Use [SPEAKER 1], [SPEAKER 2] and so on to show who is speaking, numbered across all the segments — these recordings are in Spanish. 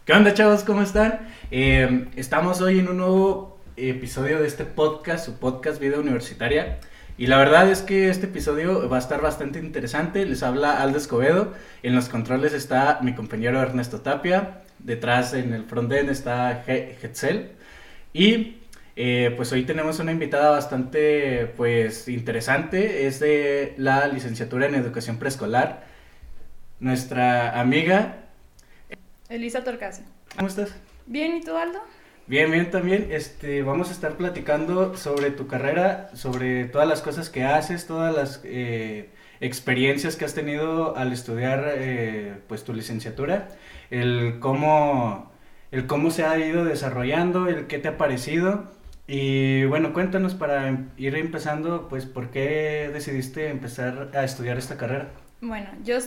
[SPEAKER 1] ¿Qué onda, chavos? ¿Cómo están? Estamos hoy en un nuevo episodio de este podcast, su podcast Vida Universitaria. Y la verdad es que este episodio va a estar bastante interesante. Les habla Aldo Escobedo. En los controles está mi compañero Ernesto Tapia. Detrás en el frontend está Hetzel. Y pues hoy tenemos una invitada bastante pues interesante. Es de la licenciatura en educación preescolar. Nuestra amiga.
[SPEAKER 2] Elisa Torcasi.
[SPEAKER 1] ¿Cómo estás?
[SPEAKER 2] Bien, ¿y tú, Aldo?
[SPEAKER 1] Bien, bien también. Vamos a estar platicando sobre tu carrera, sobre todas las cosas que haces, todas las experiencias que has tenido al estudiar pues tu licenciatura, el cómo, el cómo se ha ido desarrollando, el qué te ha parecido. Y bueno, cuéntanos para ir empezando, pues, ¿por qué decidiste empezar a estudiar esta carrera?
[SPEAKER 2] Bueno,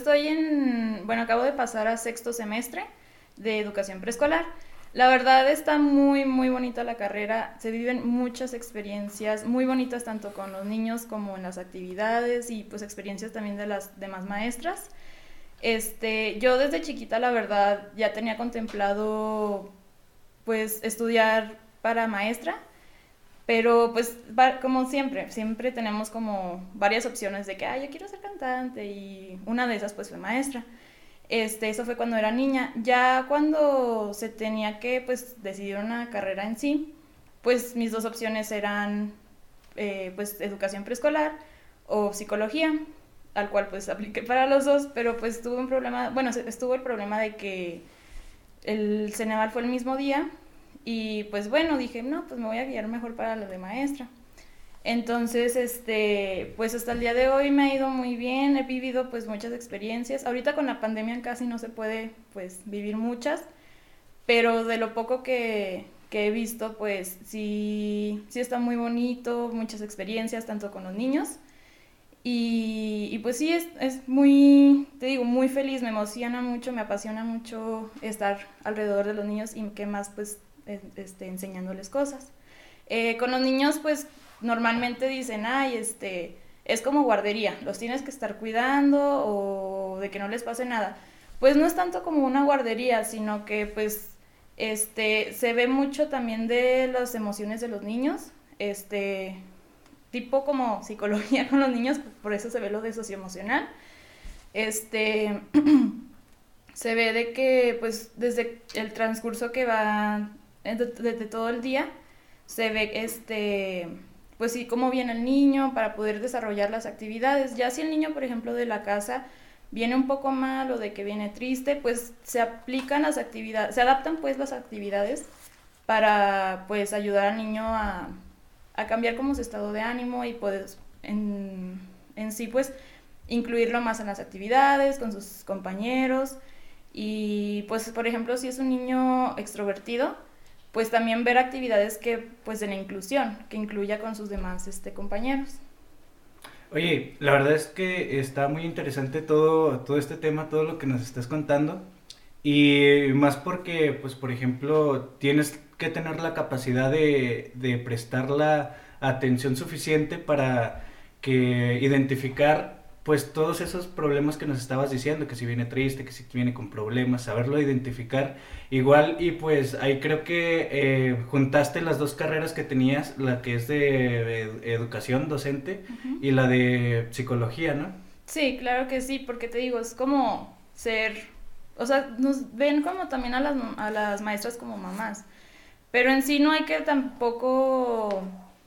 [SPEAKER 2] acabo de pasar a sexto semestre de educación preescolar. La verdad está muy, muy bonita la carrera. Se viven muchas experiencias muy bonitas tanto con los niños como en las actividades y pues experiencias también de las demás maestras. Yo desde chiquita la verdad ya tenía contemplado pues estudiar para maestra, pero pues como siempre tenemos como varias opciones de que, yo quiero ser cantante y una de esas pues fue maestra. Eso fue cuando era niña. Ya cuando se tenía que pues decidir una carrera en sí, pues mis dos opciones eran pues educación preescolar o psicología, al cual pues apliqué para los dos, pero pues tuve un problema, estuvo el problema de que el Ceneval fue el mismo día y pues bueno, dije, no, pues me voy a guiar mejor para lo de maestra. Entonces, pues hasta el día de hoy me ha ido muy bien, he vivido pues muchas experiencias. Ahorita con la pandemia casi no se puede pues vivir muchas, pero de lo poco que he visto pues sí está muy bonito, muchas experiencias tanto con los niños. Y pues sí, es muy, te digo, muy feliz, me emociona mucho, me apasiona mucho estar alrededor de los niños y que más pues enseñándoles cosas. Con los niños pues normalmente dicen, es como guardería, los tienes que estar cuidando o de que no les pase nada. Pues no es tanto como una guardería, sino que pues se ve mucho también de las emociones de los niños, tipo como psicología con los niños, por eso se ve lo de socioemocional. Este Se ve de que pues desde el transcurso que va desde todo el día se ve pues sí cómo viene el niño para poder desarrollar las actividades. Ya si el niño, por ejemplo, de la casa viene un poco mal o de que viene triste, pues se aplican las actividades, se adaptan pues las actividades para pues ayudar al niño a cambiar como su estado de ánimo y pues en sí pues incluirlo más en las actividades, con sus compañeros y pues por ejemplo si es un niño extrovertido, pues también ver actividades que pues de la inclusión, que incluya con sus demás compañeros.
[SPEAKER 1] Oye, la verdad es que está muy interesante todo este tema, todo lo que nos estás contando. Y más porque, pues, por ejemplo, tienes que tener la capacidad de prestar la atención suficiente para que identificar, pues, todos esos problemas que nos estabas diciendo, que si viene triste, que si viene con problemas, saberlo identificar. Igual, y pues ahí creo que juntaste las dos carreras que tenías, la que es de educación docente
[SPEAKER 2] Uh-huh.
[SPEAKER 1] y la de psicología, ¿no?
[SPEAKER 2] Sí, claro que sí, porque te digo, es como o sea, nos ven como también a las maestras como mamás, pero en sí no hay que tampoco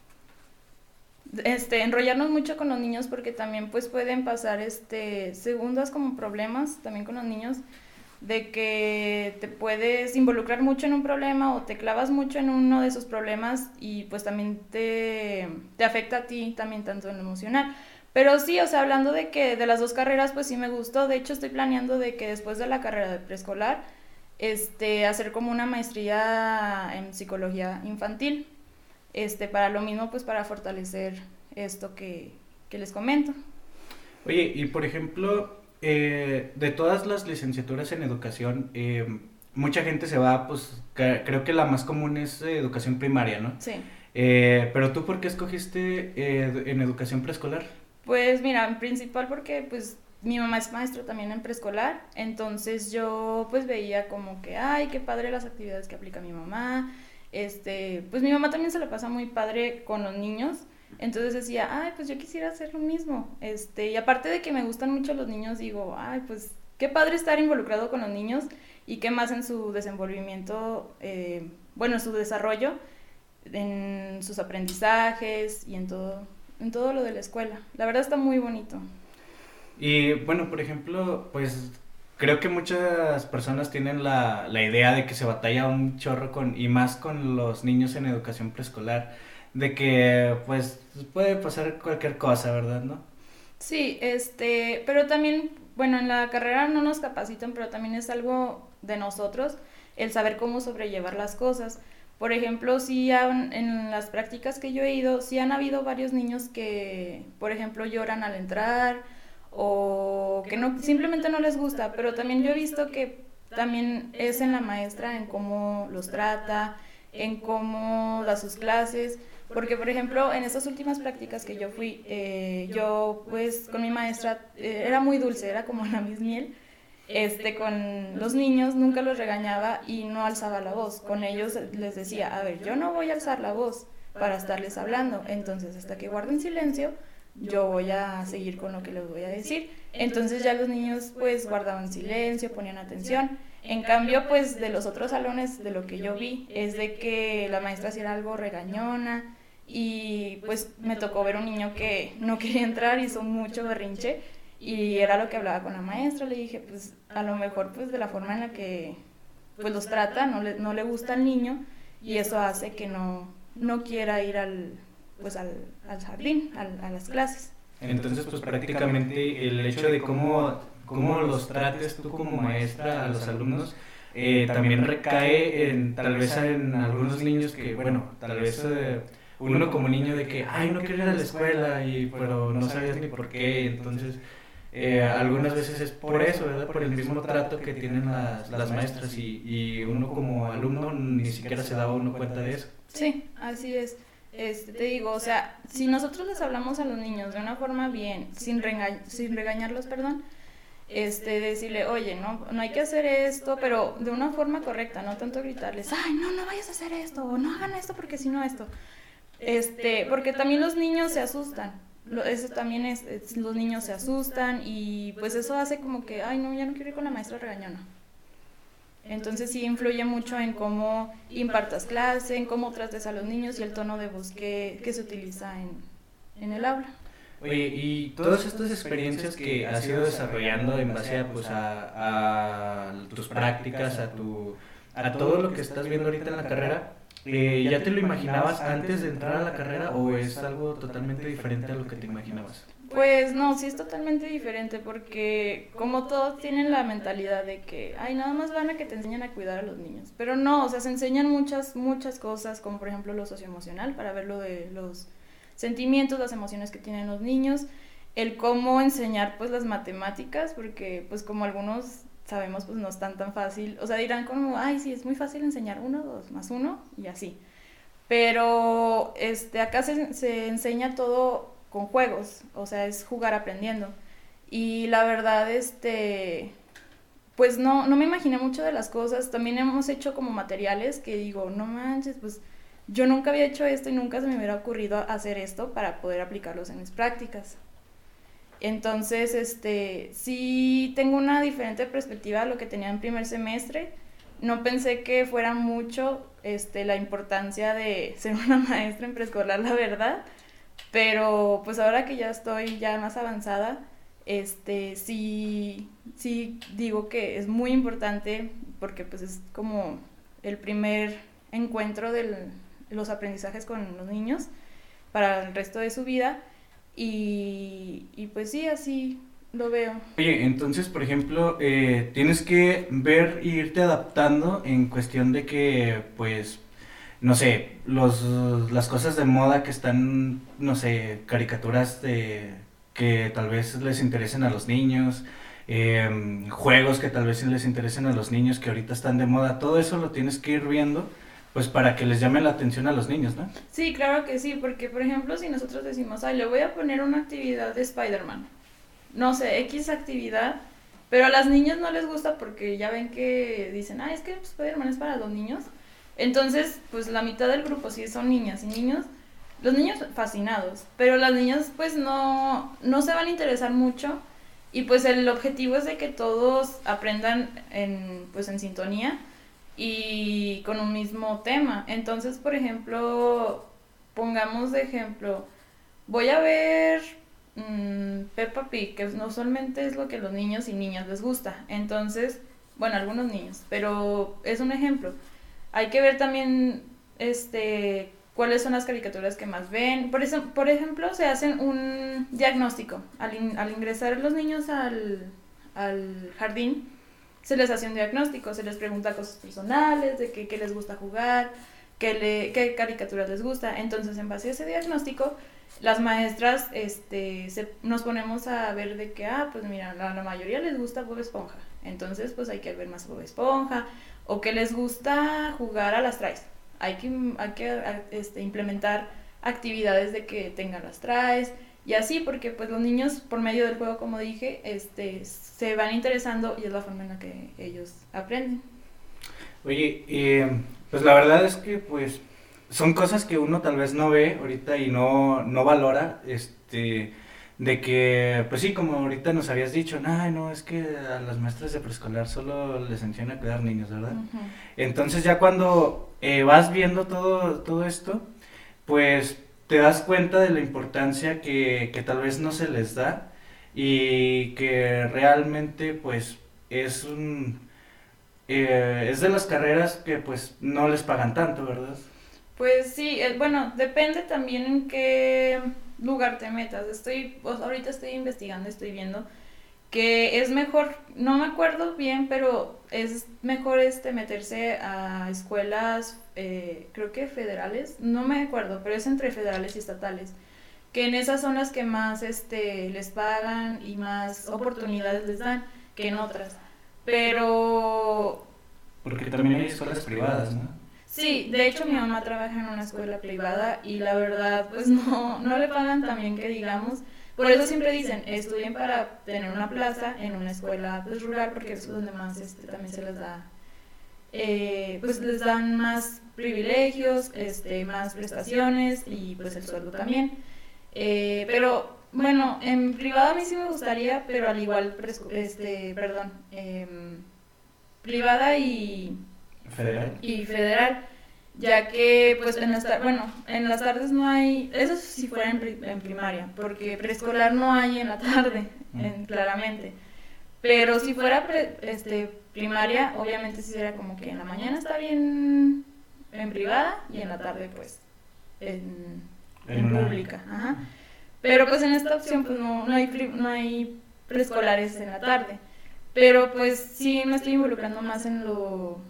[SPEAKER 2] enrollarnos mucho con los niños porque también pues pueden pasar segundas como problemas también con los niños de que te puedes involucrar mucho en un problema o te clavas mucho en uno de esos problemas y pues también te afecta a ti también tanto en lo emocional. Pero sí, o sea, hablando de que de las dos carreras pues sí me gustó, de hecho estoy planeando de que después de la carrera de preescolar hacer como una maestría en psicología infantil, para lo mismo pues para fortalecer esto que les comento.
[SPEAKER 1] Oye, y por ejemplo, de todas las licenciaturas en educación, mucha gente se va, pues creo que la más común es educación primaria, ¿no?
[SPEAKER 2] Sí.
[SPEAKER 1] Pero tú, ¿por qué escogiste en educación preescolar?
[SPEAKER 2] Pues mira, en principal porque pues mi mamá es maestra también en preescolar, entonces yo pues veía como que, ay, qué padre las actividades que aplica mi mamá, pues mi mamá también se la pasa muy padre con los niños, entonces decía, ay, pues yo quisiera hacer lo mismo, y aparte de que me gustan mucho los niños, digo, ay, pues qué padre estar involucrado con los niños y qué más en su desenvolvimiento, bueno, en su desarrollo, en sus aprendizajes y en todo lo de la escuela. La verdad está muy bonito.
[SPEAKER 1] Y bueno, por ejemplo, pues creo que muchas personas tienen la idea de que se batalla un chorro con, y más con los niños en educación preescolar, de que pues puede pasar cualquier cosa, ¿verdad? ¿No?
[SPEAKER 2] Sí, pero también, bueno, en la carrera no nos capacitan, pero también es algo de nosotros el saber cómo sobrellevar las cosas. Por ejemplo, sí en las prácticas que yo he ido, sí han habido varios niños que, por ejemplo, lloran al entrar o que no, simplemente no les gusta, pero también yo he visto que también es en la maestra, en cómo los trata, en cómo da sus clases, porque por ejemplo en estas últimas prácticas que yo fui, yo pues con mi maestra era muy dulce, era como la Miss Miel, con los niños nunca los regañaba y no alzaba la voz, con ellos les decía, a ver, yo no voy a alzar la voz para estarles hablando, entonces hasta que guarden silencio, yo voy a seguir con lo que les voy a decir. Entonces ya los niños pues guardaban silencio, ponían atención. En cambio pues de los otros salones, de lo que yo vi, es de que la maestra sí era algo regañona y pues me tocó ver un niño que no quería entrar, hizo mucho berrinche y era lo que hablaba con la maestra. Le dije pues a lo mejor pues de la forma en la que pues los trata, no le gusta al niño y eso hace que no quiera ir al jardín, a las clases.
[SPEAKER 1] Entonces, pues prácticamente el hecho de cómo los trates tú como maestra a los alumnos también recae en tal vez en algunos niños que, bueno, tal vez uno como niño de que, ay, no quiero ir a la escuela, pero no sabías ni por qué, entonces algunas veces es por eso, ¿verdad? Por el mismo trato que tienen las maestras y uno como alumno ni siquiera se daba uno cuenta de eso.
[SPEAKER 2] Sí, así es. Te digo, o sea, si nosotros les hablamos a los niños de una forma bien, sin regañarlos, perdón, decirle, oye, no hay que hacer esto, pero de una forma correcta, no tanto gritarles, ay, no vayas a hacer esto, o no hagan esto porque si no esto, porque también los niños se asustan, eso también los niños se asustan y pues eso hace como que, ay, no, ya no quiero ir con la maestra regañona. Entonces sí influye mucho en cómo impartas clase, en cómo trates a los niños y el tono de voz que se utiliza en el aula.
[SPEAKER 1] Oye, y todas estas experiencias que has ido desarrollando en base a, pues, a tus prácticas, a todo lo que estás viendo ahorita en la carrera, ¿ya te lo imaginabas antes de entrar a la carrera o es algo totalmente diferente a lo que te imaginabas?
[SPEAKER 2] Pues no, sí es totalmente diferente porque como todos tienen la mentalidad de que, ay, nada más van a que te enseñan a cuidar a los niños. Pero no, o sea, se enseñan muchas cosas, como por ejemplo lo socioemocional, para ver lo de los sentimientos, las emociones que tienen los niños, el cómo enseñar pues las matemáticas, porque pues como algunos sabemos pues no es tan fácil, o sea, dirán como, ay, sí, es muy fácil enseñar 1, 2 más 1 y así. Pero acá se enseña todo con juegos, o sea, es jugar aprendiendo. Y la verdad, pues no me imaginé mucho de las cosas. También hemos hecho como materiales que digo, no manches, pues yo nunca había hecho esto y nunca se me hubiera ocurrido hacer esto para poder aplicarlos en mis prácticas. Entonces, sí tengo una diferente perspectiva a lo que tenía en primer semestre. No pensé que fuera mucho la importancia de ser una maestra en preescolar, la verdad. Pero pues ahora que ya estoy ya más avanzada, sí digo que es muy importante porque pues es como el primer encuentro de los aprendizajes con los niños para el resto de su vida y pues sí, así lo veo.
[SPEAKER 1] Oye, entonces, por ejemplo, tienes que ver e irte adaptando en cuestión de que, pues, no sé, las cosas de moda que están, no sé, caricaturas que tal vez les interesen a los niños, juegos que tal vez les interesen a los niños que ahorita están de moda, todo eso lo tienes que ir viendo, pues para que les llame la atención a los niños, ¿no?
[SPEAKER 2] Sí, claro que sí, porque por ejemplo si nosotros decimos, ay, le voy a poner una actividad de Spider-Man, no sé, X actividad, pero a las niñas no les gusta porque ya ven que dicen, es que Spider-Man es para los niños. Entonces, pues la mitad del grupo sí son niñas y niños, los niños fascinados, pero las niñas pues no se van a interesar mucho y pues el objetivo es de que todos aprendan pues en sintonía y con un mismo tema. Entonces, por ejemplo, pongamos de ejemplo, voy a ver Peppa Pig, que no solamente es lo que a los niños y niñas les gusta. Entonces, bueno, algunos niños, pero es un ejemplo. Hay que ver también cuáles son las caricaturas que más ven. Por ejemplo, se hacen un diagnóstico. Al ingresar los niños al jardín, se les hace un diagnóstico, se les pregunta cosas personales, de qué les gusta jugar, qué caricaturas les gusta. Entonces, en base a ese diagnóstico, las maestras nos ponemos a ver de que, pues mira, la mayoría les gusta Bob Esponja. Entonces, pues hay que ver más Bob Esponja. O que les gusta jugar a las traes. Hay que implementar actividades de que tengan las traes y así, porque pues los niños por medio del juego, como dije, se van interesando y es la forma en la que ellos aprenden.
[SPEAKER 1] Oye, pues la verdad es que pues son cosas que uno tal vez no ve ahorita y no valora, de que, pues sí, como ahorita nos habías dicho, no, es que a las maestras de preescolar solo les enseñan a cuidar niños, ¿verdad?
[SPEAKER 2] Uh-huh.
[SPEAKER 1] Entonces ya cuando vas viendo todo esto, pues te das cuenta de la importancia que tal vez no se les da y que realmente pues es es de las carreras que pues no les pagan tanto, ¿verdad?
[SPEAKER 2] Pues sí, bueno, depende también en qué lugar te metas. Ahorita estoy investigando, estoy viendo que es mejor, no me acuerdo bien, pero es mejor meterse a escuelas, creo que federales, no me acuerdo, pero es entre federales y estatales, que en esas son las que más les pagan y más oportunidades les dan que en otras. Pero
[SPEAKER 1] porque también hay escuelas privadas, ¿no?
[SPEAKER 2] Sí, de hecho mi mamá trabaja en una escuela privada y la verdad pues no le pagan tan bien que digamos. Por eso siempre dicen, estudien para tener una plaza en una escuela pues, rural, porque es donde más también se les da, pues les dan más privilegios, más prestaciones y pues el sueldo también. Pero bueno, en privado a mí sí me gustaría, pero al igual, privada y federal, ya que pues en las tardes no hay, eso si fuera en primaria, porque preescolar no hay en la tarde, claramente, pero si fuera primaria, obviamente sí sería como que en la mañana está bien en privada y en la tarde pues en pública, ajá. Pero pues en esta opción pues no hay preescolares en la tarde, pero pues sí me estoy involucrando más en lo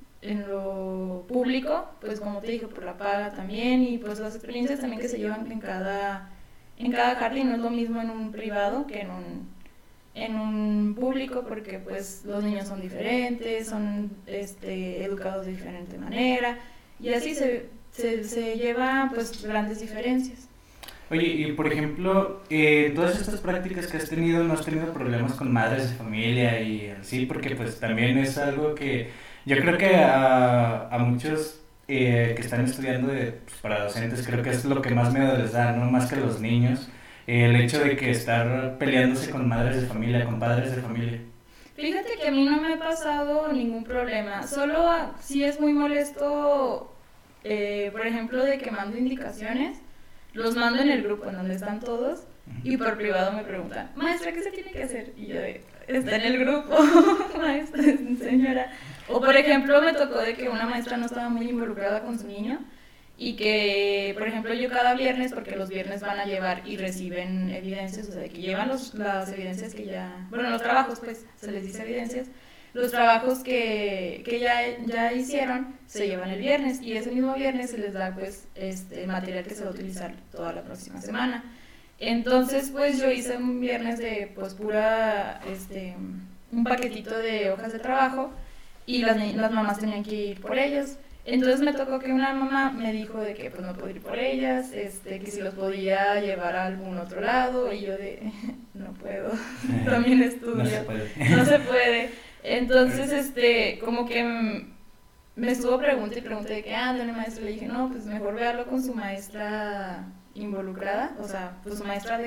[SPEAKER 2] público, pues como te dije, por la paga también y pues las experiencias también que se llevan en cada jardín. No es lo mismo en un privado que en un público, porque pues los niños son diferentes, son educados de diferente manera y así se lleva pues grandes diferencias.
[SPEAKER 1] Oye, y por ejemplo, todas estas prácticas que has tenido, ¿no has tenido problemas con madres de familia y así? Porque pues también es algo que yo creo que a muchos que están estudiando para docentes, creo que es lo que más miedo les da, ¿no? Más que a los niños, el hecho de que estar peleándose con madres de familia, con padres de familia.
[SPEAKER 2] Fíjate que a mí no me ha pasado ningún problema, solo sí es muy molesto, por ejemplo, de que mando indicaciones. Los mando en el grupo en donde están todos y por privado me preguntan, maestra, ¿qué se tiene que hacer? Y yo está en el grupo, maestra, señora. O por ejemplo me tocó de que una maestra no estaba muy involucrada con su niño y que, por ejemplo, yo cada viernes, porque los viernes van a llevar y reciben evidencias, o sea, que llevan las evidencias que ya, bueno, los trabajos pues, se les dice evidencias. Los trabajos que ya hicieron se llevan el viernes y ese mismo viernes se les da pues material que se va a utilizar toda la próxima semana. Entonces pues yo hice un viernes de pues pura un paquetito de hojas de trabajo y las mamás tenían que ir por ellos. Entonces me tocó que una mamá me dijo de que pues no podía ir por ellas, que si los podía llevar a algún otro lado, y yo de, no puedo, también estudio,
[SPEAKER 1] No se puede.
[SPEAKER 2] no se puede. Entonces, como que me estuvo pregunta y pregunta de que, ándale maestra, le dije, no, pues mejor véalo con su maestra involucrada, o sea, pues su maestra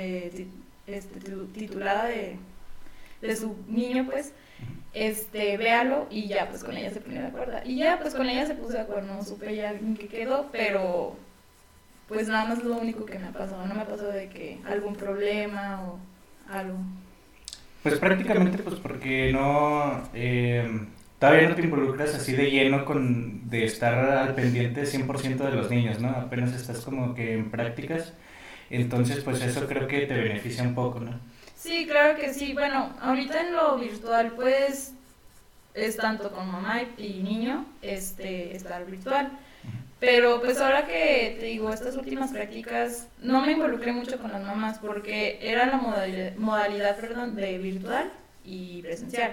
[SPEAKER 2] titulada de su niño, pues, véalo, y ya pues con ella se pone de acuerdo. Y ya pues con ella se puso de acuerdo, no supe ya en qué quedó, pero pues nada más lo único que me ha pasado, no me ha pasado de que algún problema o algo.
[SPEAKER 1] Pues prácticamente pues porque no, todavía no te involucras así de lleno de estar al pendiente 100% de los niños, ¿no? Apenas estás como que en prácticas, entonces pues eso creo que te beneficia un poco, ¿no?
[SPEAKER 2] Sí, claro que sí. Bueno, ahorita en lo virtual pues es tanto con mamá y niño, estar virtual. Pero pues ahora que te digo, estas últimas prácticas no me involucré mucho con las mamás porque era la modalidad, perdón, de virtual y presencial.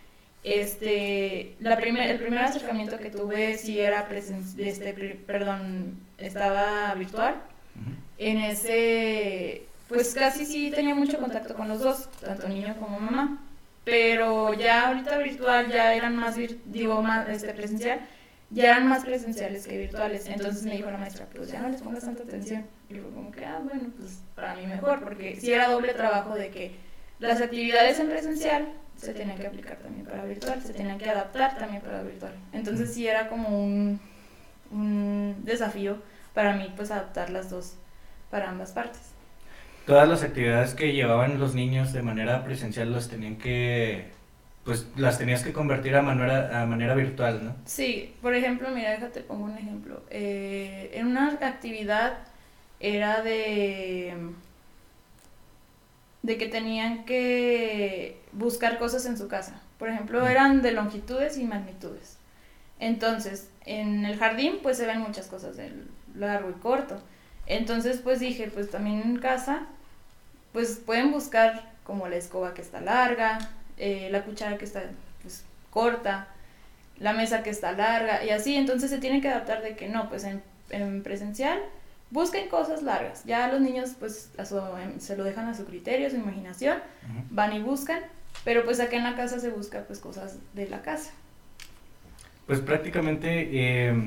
[SPEAKER 2] El primer acercamiento que tuve sí era estaba virtual. En ese, pues casi sí tenía mucho contacto con los dos, tanto niño como mamá. Pero ya ahorita virtual ya eran más, presencial, ya eran más presenciales que virtuales. Entonces me dijo la maestra, pues ya no les pongas tanta atención. Y fue como que, bueno, pues para mí mejor, porque sí era doble trabajo de que las actividades en presencial se tenían que aplicar también para virtual, se tenían que adaptar también para virtual. Entonces sí era como un desafío para mí, pues adaptar las dos para ambas partes.
[SPEAKER 1] Todas las actividades que llevaban los niños de manera presencial las tenías que convertir a manera virtual, ¿no?
[SPEAKER 2] Sí, por ejemplo, mira, déjate pongo un ejemplo. En una actividad era de que tenían que buscar cosas en su casa. Por ejemplo, eran de longitudes y magnitudes. Entonces, en el jardín pues se ven muchas cosas de largo y corto. Entonces pues dije, pues también en casa pues pueden buscar como la escoba que está larga, la cuchara que está pues corta, la mesa que está larga y así. Entonces se tienen que adaptar de que no, pues en presencial busquen cosas largas. Ya los niños pues se lo dejan a su criterio, a su imaginación, van y buscan, pero pues acá en la casa se busca pues cosas de la casa.
[SPEAKER 1] Pues prácticamente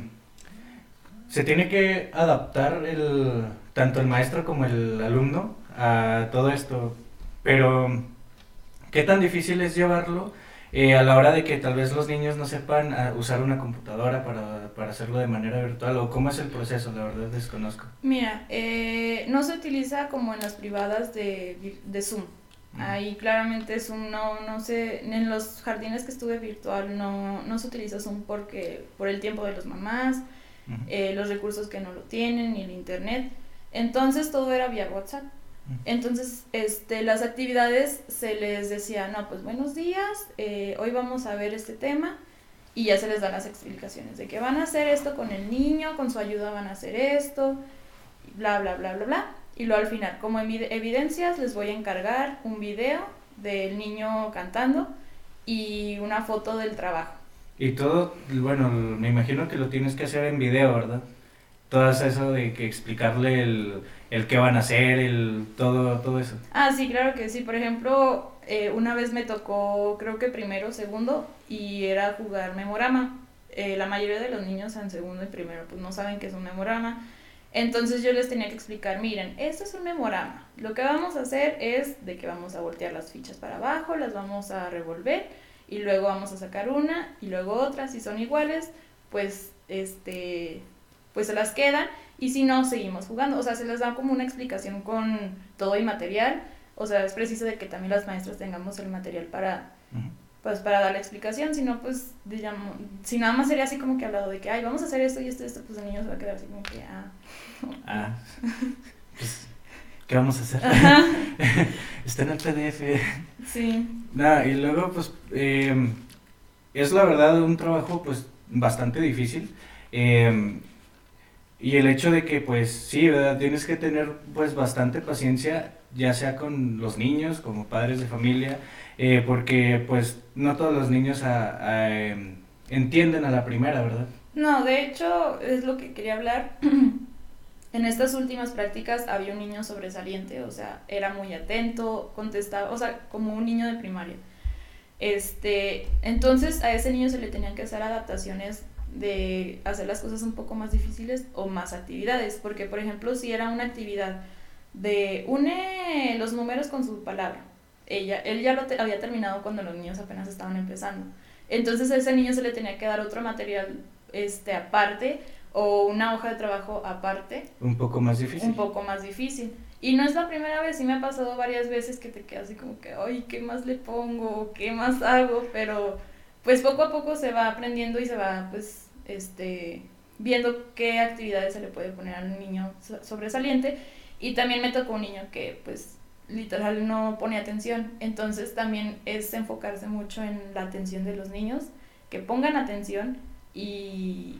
[SPEAKER 1] se tiene que adaptar tanto el maestro como el alumno a todo esto, pero ¿qué tan difícil es llevarlo a la hora de que tal vez los niños no sepan usar una computadora para hacerlo de manera virtual? ¿O cómo es el proceso? La verdad desconozco.
[SPEAKER 2] Mira, no se utiliza como en las privadas de Zoom. Ahí claramente Zoom no se, en los jardines que estuve virtual no se utiliza Zoom por el tiempo de las mamás, los recursos que no lo tienen, ni el internet. Entonces todo era vía WhatsApp. Entonces las actividades se les decía, no, pues buenos días, hoy vamos a ver este tema, y ya se les dan las explicaciones de que van a hacer esto con el niño, con su ayuda van a hacer esto, bla bla bla bla bla. Y luego al final, como evidencias, les voy a encargar un video del niño cantando y una foto del trabajo.
[SPEAKER 1] Y todo, bueno, me imagino que lo tienes que hacer en video, ¿verdad? Todo eso de que explicarle el qué van a hacer, todo eso.
[SPEAKER 2] Ah, sí, claro que sí. Por ejemplo, una vez me tocó, creo que primero, segundo, y era jugar memorama. La mayoría de los niños en segundo y primero pues no saben qué es un memorama. Entonces yo les tenía que explicar, miren, esto es un memorama. Lo que vamos a hacer es de que vamos a voltear las fichas para abajo, las vamos a revolver y luego vamos a sacar una y luego otra. Si son iguales, pues pues se las quedan, y si no, seguimos jugando. O sea, se les da como una explicación con todo el material. O sea, es preciso de que también las maestras tengamos el material para pues para dar la explicación. Si no, pues digamos, si nada más sería así como que hablado de que ay, vamos a hacer esto y esto, pues el niño se va a quedar así como que
[SPEAKER 1] pues ¿qué vamos a hacer? Está en el PDF.
[SPEAKER 2] Sí.
[SPEAKER 1] Y luego pues es la verdad un trabajo pues bastante difícil, y el hecho de que pues sí, ¿verdad? Tienes que tener pues bastante paciencia, ya sea con los niños, como padres de familia, porque pues no todos los niños entienden a la primera, ¿verdad?
[SPEAKER 2] No, de hecho, es lo que quería hablar. En estas últimas prácticas había un niño sobresaliente, o sea, era muy atento, contestaba, o sea, como un niño de primaria. Entonces a ese niño se le tenían que hacer adaptaciones de hacer las cosas un poco más difíciles o más actividades, porque por ejemplo si era una actividad de une los números con su palabra, él ya había terminado cuando los niños apenas estaban empezando, entonces a ese niño se le tenía que dar otro material aparte o una hoja de trabajo aparte.
[SPEAKER 1] Un poco más difícil.
[SPEAKER 2] Un poco más difícil. Y no es la primera vez, sí me ha pasado varias veces que te quedas así como que, ay, ¿qué más le pongo? ¿Qué más hago? Pero pues poco a poco se va aprendiendo y se va pues viendo qué actividades se le puede poner al niño sobresaliente. Y también me tocó un niño que pues literal no pone atención, entonces también es enfocarse mucho en la atención de los niños, que pongan atención y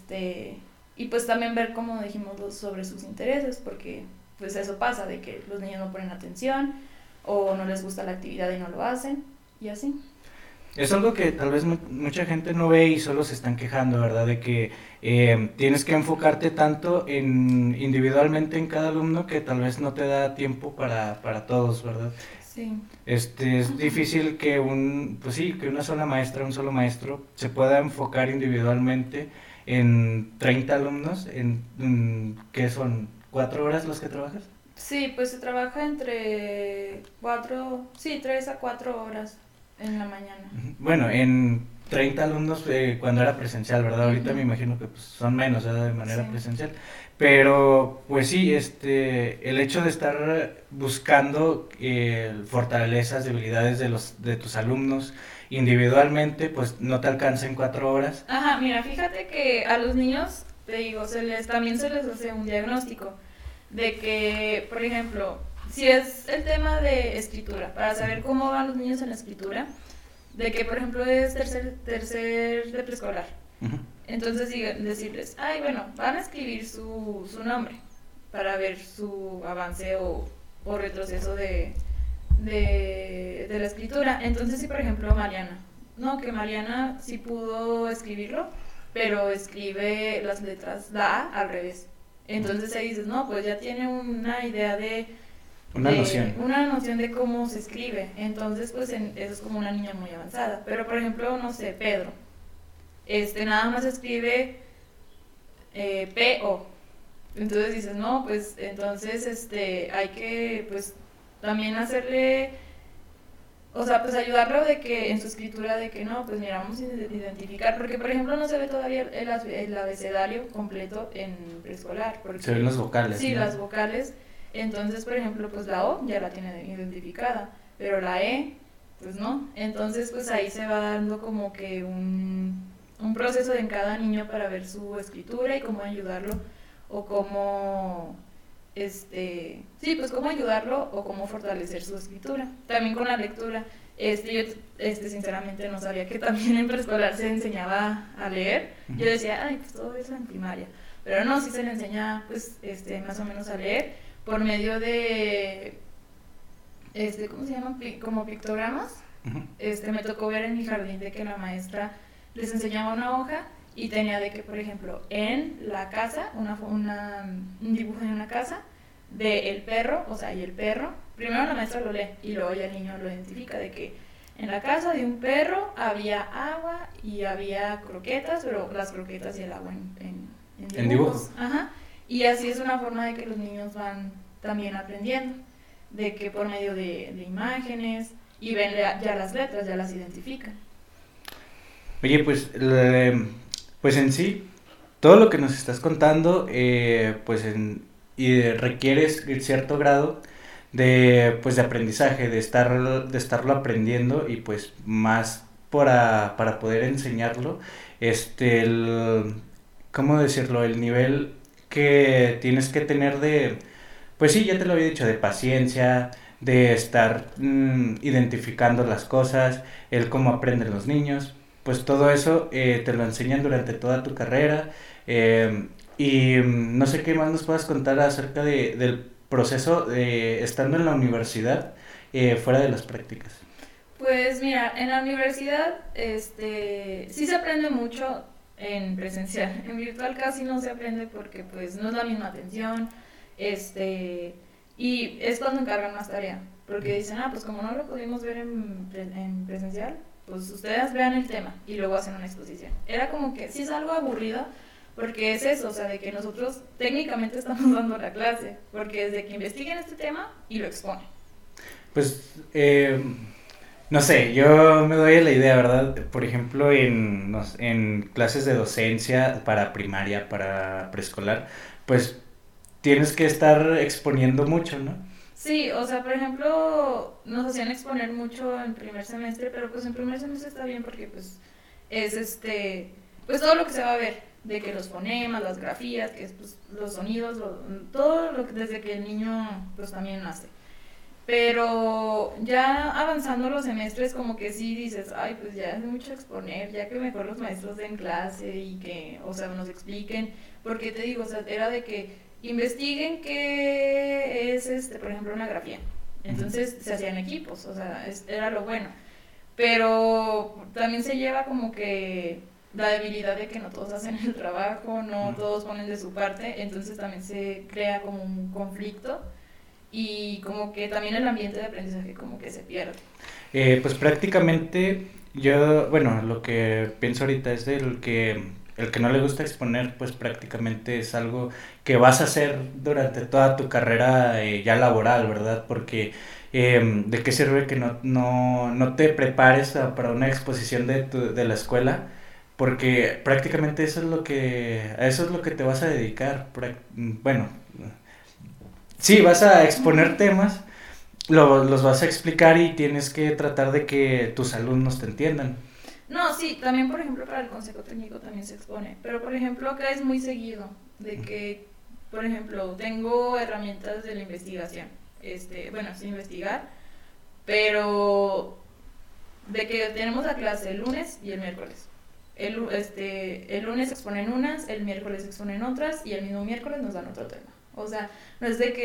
[SPEAKER 2] y pues también ver, como dijimos, sobre sus intereses, porque pues eso pasa, de que los niños no ponen atención o no les gusta la actividad y no lo hacen y así.
[SPEAKER 1] Es algo que tal vez mucha gente no ve y solo se están quejando, ¿verdad? De que tienes que enfocarte tanto individualmente en cada alumno que tal vez no te da tiempo para todos, ¿verdad?
[SPEAKER 2] Sí.
[SPEAKER 1] Es difícil que pues sí, que una sola maestra, un solo maestro se pueda enfocar individualmente en 30 alumnos, ¿qué son? ¿4 horas los que trabajas?
[SPEAKER 2] Sí, pues se trabaja entre 3 a 4 horas en la mañana.
[SPEAKER 1] Bueno, en 30 alumnos cuando era presencial, ¿verdad? Ahorita me imagino que pues, son menos, ¿verdad? De manera presencial. Pero, pues sí, el hecho de estar buscando fortalezas, debilidades de tus alumnos individualmente, pues no te alcanza en 4 horas.
[SPEAKER 2] Ajá, mira, fíjate que a los niños, te digo, también se les hace un diagnóstico de que, por ejemplo, si es el tema de escritura, para saber cómo van los niños en la escritura, de que, por ejemplo, es tercer de preescolar. Uh-huh. Entonces decirles, ay, bueno, van a escribir su nombre para ver su avance o retroceso de la escritura. Entonces, si por ejemplo Mariana, que Mariana sí pudo escribirlo, pero escribe las letras la A al revés. Entonces ahí dices, no, pues ya tiene una idea una noción de cómo se escribe. Entonces, pues eso es como una niña muy avanzada. Pero por ejemplo, no sé, Pedro, nada más escribe P-O. Entonces dices, no, pues entonces hay que pues también hacerle, o sea, pues ayudarlo de que en su escritura, de que no, pues mira, vamos a identificar, porque por ejemplo no se ve todavía el abecedario completo en preescolar. Porque,
[SPEAKER 1] se ven las vocales.
[SPEAKER 2] Sí, ¿no? Las vocales. Entonces, por ejemplo, pues la O ya la tiene identificada, pero la E, pues no. Entonces, pues ahí se va dando como que un proceso en cada niño para ver su escritura y cómo ayudarlo o cómo sí, pues cómo ayudarlo o cómo fortalecer su escritura. También con la lectura. Yo sinceramente no sabía que también en preescolar se enseñaba a leer. Yo decía, ay, pues todo eso en primaria. Pero no, sí se le enseña pues más o menos a leer por medio de ¿cómo se llama? Como pictogramas. Me tocó ver en mi jardín de que la maestra les enseñaba una hoja y tenía de que, por ejemplo, en la casa, un dibujo en una casa de el perro, o sea, y el perro, primero la maestra lo lee y luego ya el niño lo identifica de que en la casa de un perro había agua y había croquetas, pero las croquetas y el agua en dibujos. Ajá. Y así es una forma de que los niños van también aprendiendo, de que por medio de imágenes y ven ya las letras, ya las identifican.
[SPEAKER 1] Oye, pues en sí, todo lo que nos estás contando, requiere cierto grado de aprendizaje, de estarlo aprendiendo y pues más para poder enseñarlo, ¿cómo decirlo? El nivel que tienes que tener pues sí, ya te lo había dicho, de paciencia, de estar identificando las cosas, el cómo aprenden los niños. Pues todo eso te lo enseñan durante toda tu carrera y no sé qué más nos puedas contar acerca del proceso de estando en la universidad fuera de las prácticas.
[SPEAKER 2] Pues mira, en la universidad sí se aprende mucho en presencial. En virtual casi no se aprende porque pues no es la misma atención, y es cuando encargan más tarea, porque dicen, pues como no lo pudimos ver en presencial, pues ustedes vean el tema y luego hacen una exposición. Era como que sí es algo aburrido, porque es eso, o sea, de que nosotros técnicamente estamos dando la clase, porque es de que investiguen este tema y lo exponen.
[SPEAKER 1] Pues, no sé, yo me doy la idea, ¿verdad? Por ejemplo, en clases de docencia para primaria, para preescolar, pues tienes que estar exponiendo mucho, ¿no?
[SPEAKER 2] Sí, o sea, por ejemplo, nos hacían exponer mucho en primer semestre, pero pues en primer semestre está bien porque pues es pues todo lo que se va a ver, de que los fonemas, las grafías, que es pues los sonidos, todo lo que desde que el niño pues también nace. Pero ya avanzando los semestres como que sí dices, ay, pues ya es mucho exponer, ya que mejor los maestros den clase y que, o sea, nos expliquen, porque te digo, o sea, era de que investiguen qué es, por ejemplo, una grafía. Entonces se hacían equipos, o sea, era lo bueno. Pero también se lleva como que la debilidad de que no todos hacen el trabajo, no todos ponen de su parte, entonces también se crea como un conflicto y como que también el ambiente de aprendizaje como que se pierde.
[SPEAKER 1] Pues prácticamente yo, bueno, lo que pienso ahorita es el que no le gusta exponer, pues prácticamente es algo que vas a hacer durante toda tu carrera ya laboral, ¿verdad? Porque ¿de qué sirve que no te prepares para una exposición de la escuela? Porque prácticamente a eso es lo que te vas a dedicar. Bueno, sí, vas a exponer temas, los vas a explicar y tienes que tratar de que tus alumnos te entiendan.
[SPEAKER 2] No, sí, también por ejemplo para el consejo técnico también se expone, pero por ejemplo acá es muy seguido de que, por ejemplo, tengo herramientas de la investigación, bueno, sin investigar, pero de que tenemos la clase el lunes y el miércoles. El lunes exponen unas, el miércoles exponen otras y el mismo miércoles nos dan otro tema. O sea, no es de que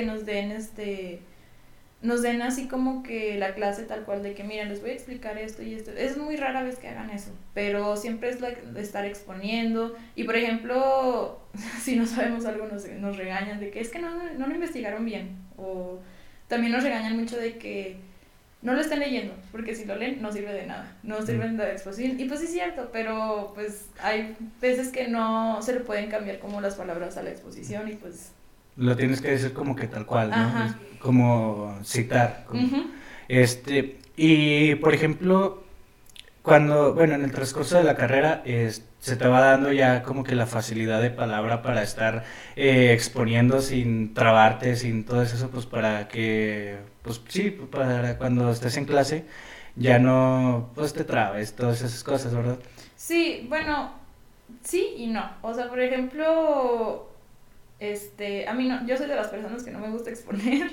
[SPEAKER 2] nos den así como que la clase tal cual de que miren, les voy a explicar esto y esto. Es muy rara vez que hagan eso, pero siempre es de estar exponiendo. Y por ejemplo, si no sabemos algo nos regañan de que es que no lo investigaron bien, o también nos regañan mucho de que no lo estén leyendo, porque si lo leen no sirve de nada, no sirven de exposición. Y pues sí es cierto, pero pues hay veces que no se le pueden cambiar como las palabras a la exposición y pues
[SPEAKER 1] Lo tienes que decir como que tal cual, ¿no?
[SPEAKER 2] ajá.
[SPEAKER 1] Como citar.
[SPEAKER 2] Uh-huh.
[SPEAKER 1] Y por ejemplo, bueno, en el transcurso de la carrera se te va dando ya como que la facilidad de palabra para estar exponiendo sin trabarte, sin todo eso, pues para que, pues sí, para cuando estés en clase ya no, pues te trabes, todas esas cosas, ¿verdad?
[SPEAKER 2] Sí, bueno, sí y no. O sea, por ejemplo, a mí no, yo soy de las personas que no me gusta exponer,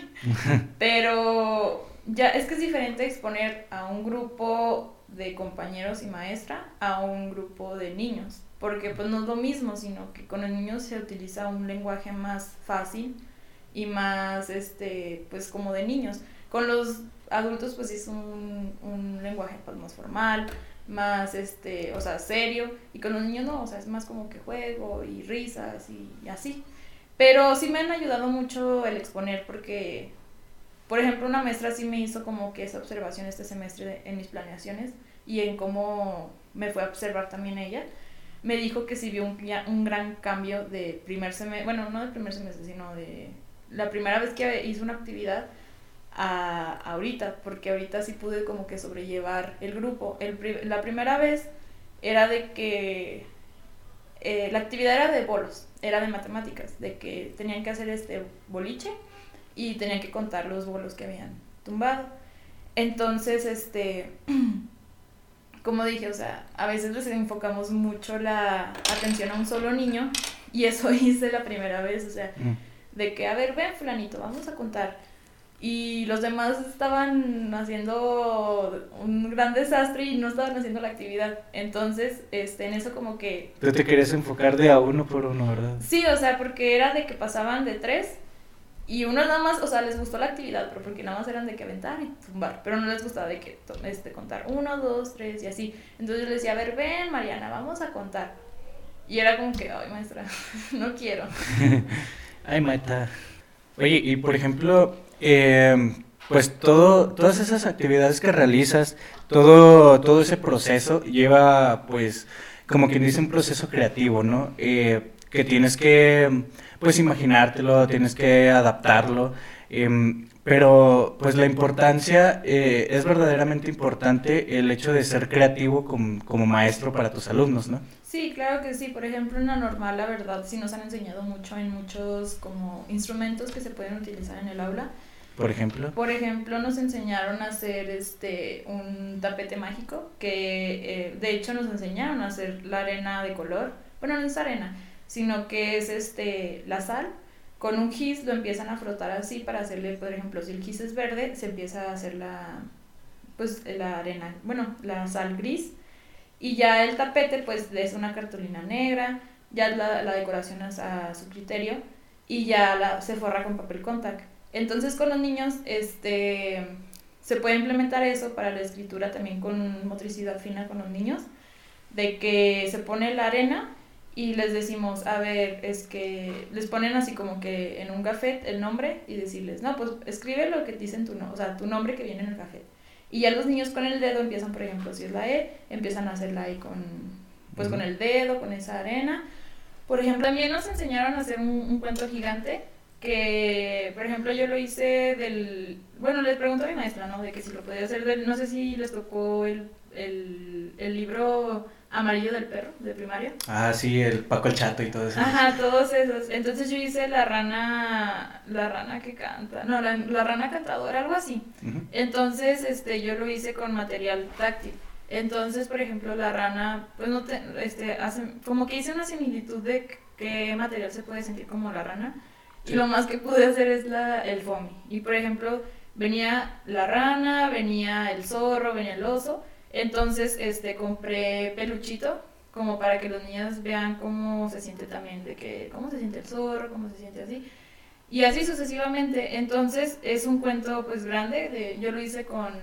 [SPEAKER 2] pero ya es que es diferente exponer a un grupo de compañeros y maestra a un grupo de niños, porque pues no es lo mismo, sino que con el niño se utiliza un lenguaje más fácil y más, pues como de niños. Con los adultos pues sí es un lenguaje pues más formal, más, o sea, serio, y con los niños no, o sea, es más como que juego y risas y así. Pero sí me han ayudado mucho el exponer porque, por ejemplo, una maestra sí me hizo como que esa observación este semestre en mis planeaciones y en cómo me fue a observar también ella. Me dijo que sí vio un gran cambio de primer semestre, bueno, no de primer semestre, sino de la primera vez que hice una actividad a ahorita, porque ahorita sí pude como que sobrellevar el grupo. La primera vez era de que la actividad era de bolos, era de matemáticas, de que tenían que hacer este boliche y tenían que contar los bolos que habían tumbado. Entonces, como dije, o sea, a veces les enfocamos mucho la atención a un solo niño y eso hice la primera vez, o sea, de que, a ver, ven fulanito, vamos a contar. Y los demás estaban haciendo un gran desastre y no estaban haciendo la actividad. Entonces, en eso como que...
[SPEAKER 1] Tú te querías enfocar de a uno por uno, ¿verdad?
[SPEAKER 2] Sí, o sea, porque era de que pasaban de 3 y uno nada más, o sea, les gustó la actividad, pero porque nada más eran de que aventar y tumbar, pero no les gustaba de que contar 1, 2, 3 y así. Entonces yo les decía, a ver, ven Mariana, vamos a contar. Y era como que, ay, maestra, no quiero.
[SPEAKER 1] Ay, maestra. Oye, y por ejemplo, pues todas esas actividades que realizas, todo ese proceso lleva, pues, como quien dice, un proceso creativo, ¿no? Que tienes que, pues, imaginártelo, tienes que adaptarlo, pero, pues, la importancia, es verdaderamente importante el hecho de ser creativo como maestro para tus alumnos, ¿no?
[SPEAKER 2] Sí, claro que sí. Por ejemplo, en la normal, la verdad, sí nos han enseñado mucho en muchos como instrumentos que se pueden utilizar en el aula.
[SPEAKER 1] Por ejemplo.
[SPEAKER 2] Por ejemplo, nos enseñaron a hacer un tapete mágico, que de hecho nos enseñaron a hacer la arena de color. Bueno, no es arena, sino que es la sal. Con un gis lo empiezan a frotar así para hacerle, por ejemplo, si el gis es verde, se empieza a hacer la arena, bueno, la sal gris. Y ya el tapete, pues, es una cartulina negra, ya la decoración es a su criterio, y ya se forra con papel contact. Entonces, con los niños, se puede implementar eso para la escritura también con motricidad fina con los niños, de que se pone la arena y les decimos, a ver, es que les ponen así como que en un gafet el nombre y decirles, no, pues escribe lo que dicen o sea, tu nombre que viene en el gafet. Y ya los niños con el dedo empiezan, por ejemplo, si es la E, empiezan a hacer la E con el dedo, con esa arena. Por ejemplo, también nos enseñaron a hacer un cuento gigante que, por ejemplo, yo lo hice bueno, les pregunto a mi maestra, ¿no? De que si lo podía hacer no sé si les tocó el libro Amarillo del Perro, de primaria.
[SPEAKER 1] Ah, sí, el Paco el Chato y todo eso.
[SPEAKER 2] Ajá, todos esos. Entonces yo hice la rana que canta, no, la rana cantadora, algo así.
[SPEAKER 1] Uh-huh.
[SPEAKER 2] Entonces, yo lo hice con material táctil. Entonces, por ejemplo, la rana, pues no como que hice una similitud de qué material se puede sentir como la rana. Sí. Y lo más que pude hacer es el foamy. Y por ejemplo, venía la rana, venía el zorro, venía el oso. Entonces, compré peluchito como para que los niños vean cómo se siente también, cómo se siente el zorro, cómo se siente así. Y así sucesivamente. Entonces, es un cuento pues grande, yo lo hice con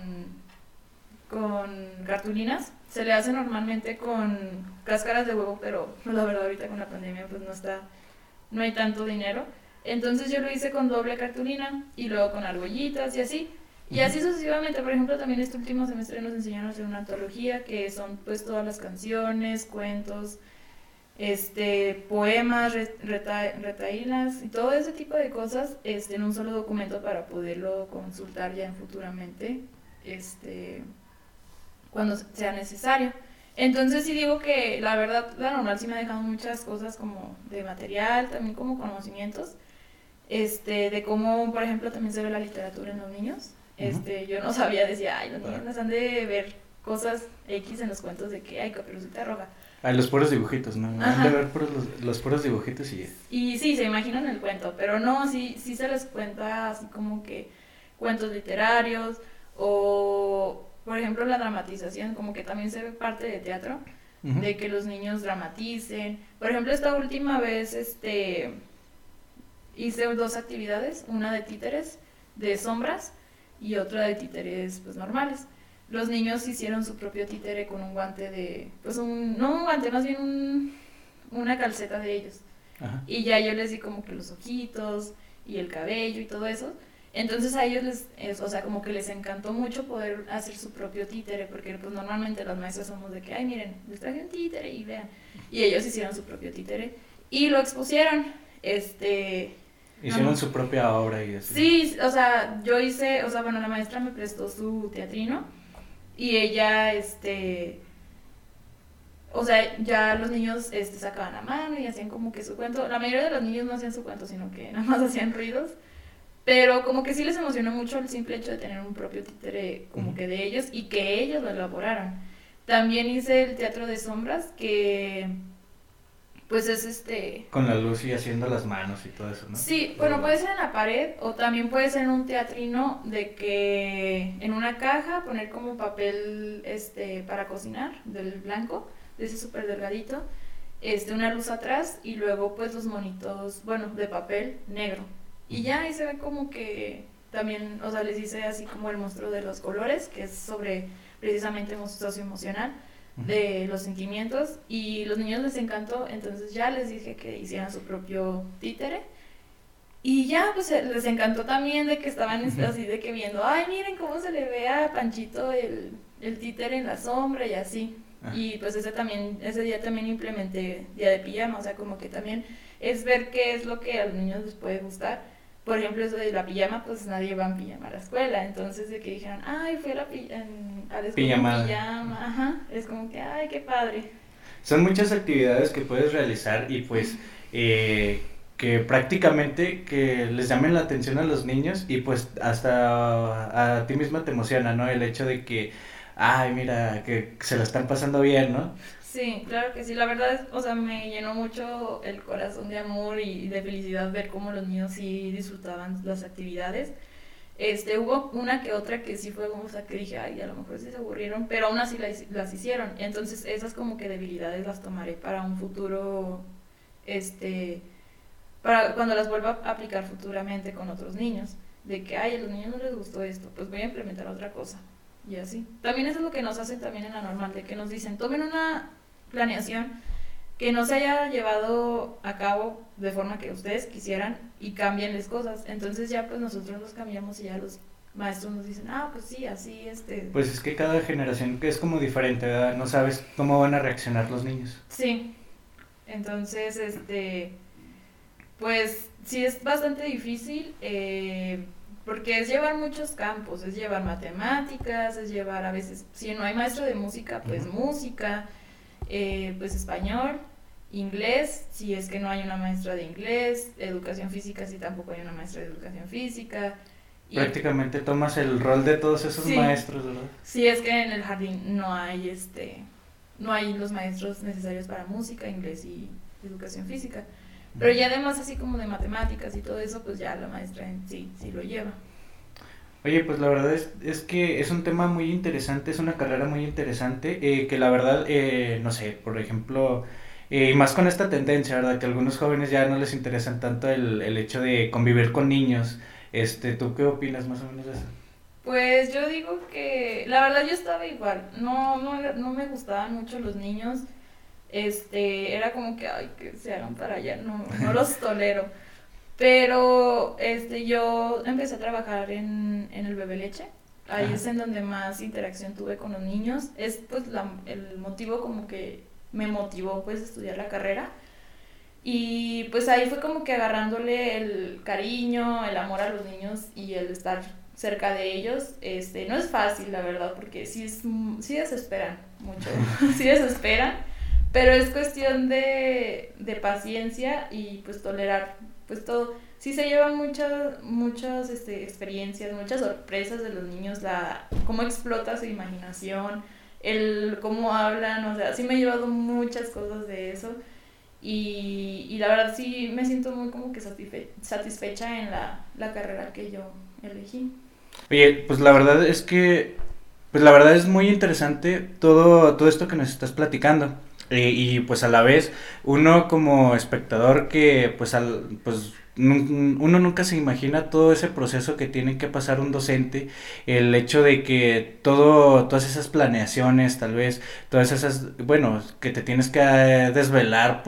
[SPEAKER 2] cartulinas. Se le hace normalmente con cáscaras de huevo, pero la verdad ahorita con la pandemia pues no hay tanto dinero. Entonces yo lo hice con doble cartulina y luego con argollitas y así. Y así sucesivamente. Por ejemplo, también este último semestre nos enseñaron a hacer una antología que son pues todas las canciones, cuentos, poemas, retahílas y todo ese tipo de cosas en un solo documento para poderlo consultar ya futuramente cuando sea necesario. Entonces sí digo que la verdad la normal sí me ha dejado muchas cosas como de material, también como conocimientos, de cómo, por ejemplo, también se ve la literatura en los niños. Yo no sabía, decía, ay, los niños han de ver cosas X en los cuentos de que hay Caperucita Roja.
[SPEAKER 1] Ah, los puros dibujitos, ¿no? Han de ver los puros dibujitos y ya.
[SPEAKER 2] Y sí, se imaginan el cuento, pero no, sí se les cuenta así como que cuentos literarios o, por ejemplo, la dramatización, como que también se ve parte de teatro, uh-huh, de que los niños dramaticen. Por ejemplo, esta última vez, hice 2 actividades, una de títeres, de sombras, y otra de títeres pues normales. Los niños hicieron su propio títere con un guante no un guante, más bien una calceta de ellos. Ajá. Y ya yo les di como que los ojitos y el cabello y todo eso. Entonces a ellos como que les encantó mucho poder hacer su propio títere, porque pues normalmente las maestras somos de que, ay, miren, les traje un títere y vean. Y ellos hicieron su propio títere y lo expusieron.
[SPEAKER 1] Hicieron su propia obra y eso.
[SPEAKER 2] Sí, o sea, la maestra me prestó su teatrino y ella, ya los niños sacaban la mano y hacían como que su cuento. La mayoría de los niños no hacían su cuento, sino que nada más hacían ruidos. Pero como que sí les emocionó mucho el simple hecho de tener un propio títere como que de ellos y que ellos lo elaboraron. También hice el teatro de sombras, que pues es
[SPEAKER 1] con la luz y haciendo las manos y todo eso, ¿no?
[SPEAKER 2] Sí, bueno, puede ser en la pared o también puede ser en un teatrino de que en una caja poner como papel para cocinar del blanco, de ese súper delgadito, una luz atrás y luego pues los monitos, bueno, de papel negro. Y ya ahí se ve como que también, o sea, les hice así como el monstruo de los colores, que es sobre precisamente socioemocional. de los sentimientos, y los niños les encantó, entonces ya les dije que hicieran su propio títere. Y ya, pues les encantó también de que estaban así de que viendo, ay, miren cómo se le ve a Panchito el títere en la sombra y así. Y pues ese día también implementé día de pijama, o sea, como que también es ver qué es lo que a los niños les puede gustar. Por ejemplo, eso de la pijama, pues nadie va en pijama a la escuela, entonces de que dijeron, ay, fui a la
[SPEAKER 1] Pijamada.
[SPEAKER 2] pijama, ajá, es como que, ay, qué padre.
[SPEAKER 1] Son muchas actividades que puedes realizar y pues que prácticamente que les llamen la atención a los niños y pues hasta a ti misma te emociona, ¿no? El hecho de que, ay, mira, que se la están pasando bien, ¿no?
[SPEAKER 2] Sí, claro que sí, la verdad es, o sea, me llenó mucho el corazón de amor y de felicidad ver cómo los niños sí disfrutaban las actividades. Hubo una que otra que sí fue como, o sea, que dije, ay, a lo mejor sí se aburrieron, pero aún así las hicieron. Entonces, esas como que debilidades las tomaré para un futuro, este, para cuando las vuelva a aplicar futuramente con otros niños. De que, ay, a los niños no les gustó esto, pues voy a implementar otra cosa. Y así. También eso es lo que nos hacen también en la normal, de que nos dicen, tomen una planeación que no se haya llevado a cabo de forma que ustedes quisieran y cambien las cosas. Entonces ya pues nosotros los cambiamos y ya los maestros nos dicen, ah, pues sí, así,
[SPEAKER 1] Pues es que cada generación que es como diferente, ¿verdad? No sabes cómo van a reaccionar los niños.
[SPEAKER 2] Sí, entonces, pues sí es bastante difícil, porque es llevar muchos campos, es llevar matemáticas, es llevar a veces, si no hay maestro de música, pues música, pues español, inglés, si es que no hay una maestra de inglés, educación física, si tampoco hay una maestra de educación física. Y
[SPEAKER 1] Prácticamente tomas el rol de todos esos
[SPEAKER 2] sí,
[SPEAKER 1] maestros, ¿verdad?
[SPEAKER 2] si es que en el jardín no hay los maestros necesarios para música, inglés y educación física. Pero ya además así como de matemáticas y todo eso, pues ya la maestra en sí lo lleva.
[SPEAKER 1] Oye, pues la verdad es que es un tema muy interesante, es una carrera muy interesante, que la verdad, no sé, por ejemplo, y más con esta tendencia, ¿verdad? Que a algunos jóvenes ya no les interesan tanto el hecho de convivir con niños. ¿Tú qué opinas más o menos de eso?
[SPEAKER 2] Pues yo digo que la verdad yo estaba igual, no me gustaban mucho los niños, era como que, ay, que se hagan para allá, no los tolero. Pero yo empecé a trabajar en el bebé leche. Ahí
[SPEAKER 1] Ajá.
[SPEAKER 2] es en donde más interacción tuve con los niños. Es pues el motivo como que me motivó pues a estudiar la carrera. Y pues ahí fue como que agarrándole el cariño, el amor a los niños y el estar cerca de ellos. No es fácil, la verdad, porque sí desesperan mucho, sí desesperan, pero es cuestión de paciencia y pues tolerar pues todo. Sí se llevan muchas experiencias, muchas sorpresas de los niños, cómo explota su imaginación, el cómo hablan, o sea, sí me he llevado muchas cosas de eso. Y la verdad sí me siento muy como que satisfecha en la carrera que yo elegí.
[SPEAKER 1] Oye, pues la verdad es que, pues la verdad es muy interesante todo esto que nos estás platicando. Y pues a la vez, uno como espectador que pues uno nunca se imagina todo ese proceso que tiene que pasar un docente, el hecho de que todas esas planeaciones, tal vez, todas esas, bueno, que te tienes que desvelar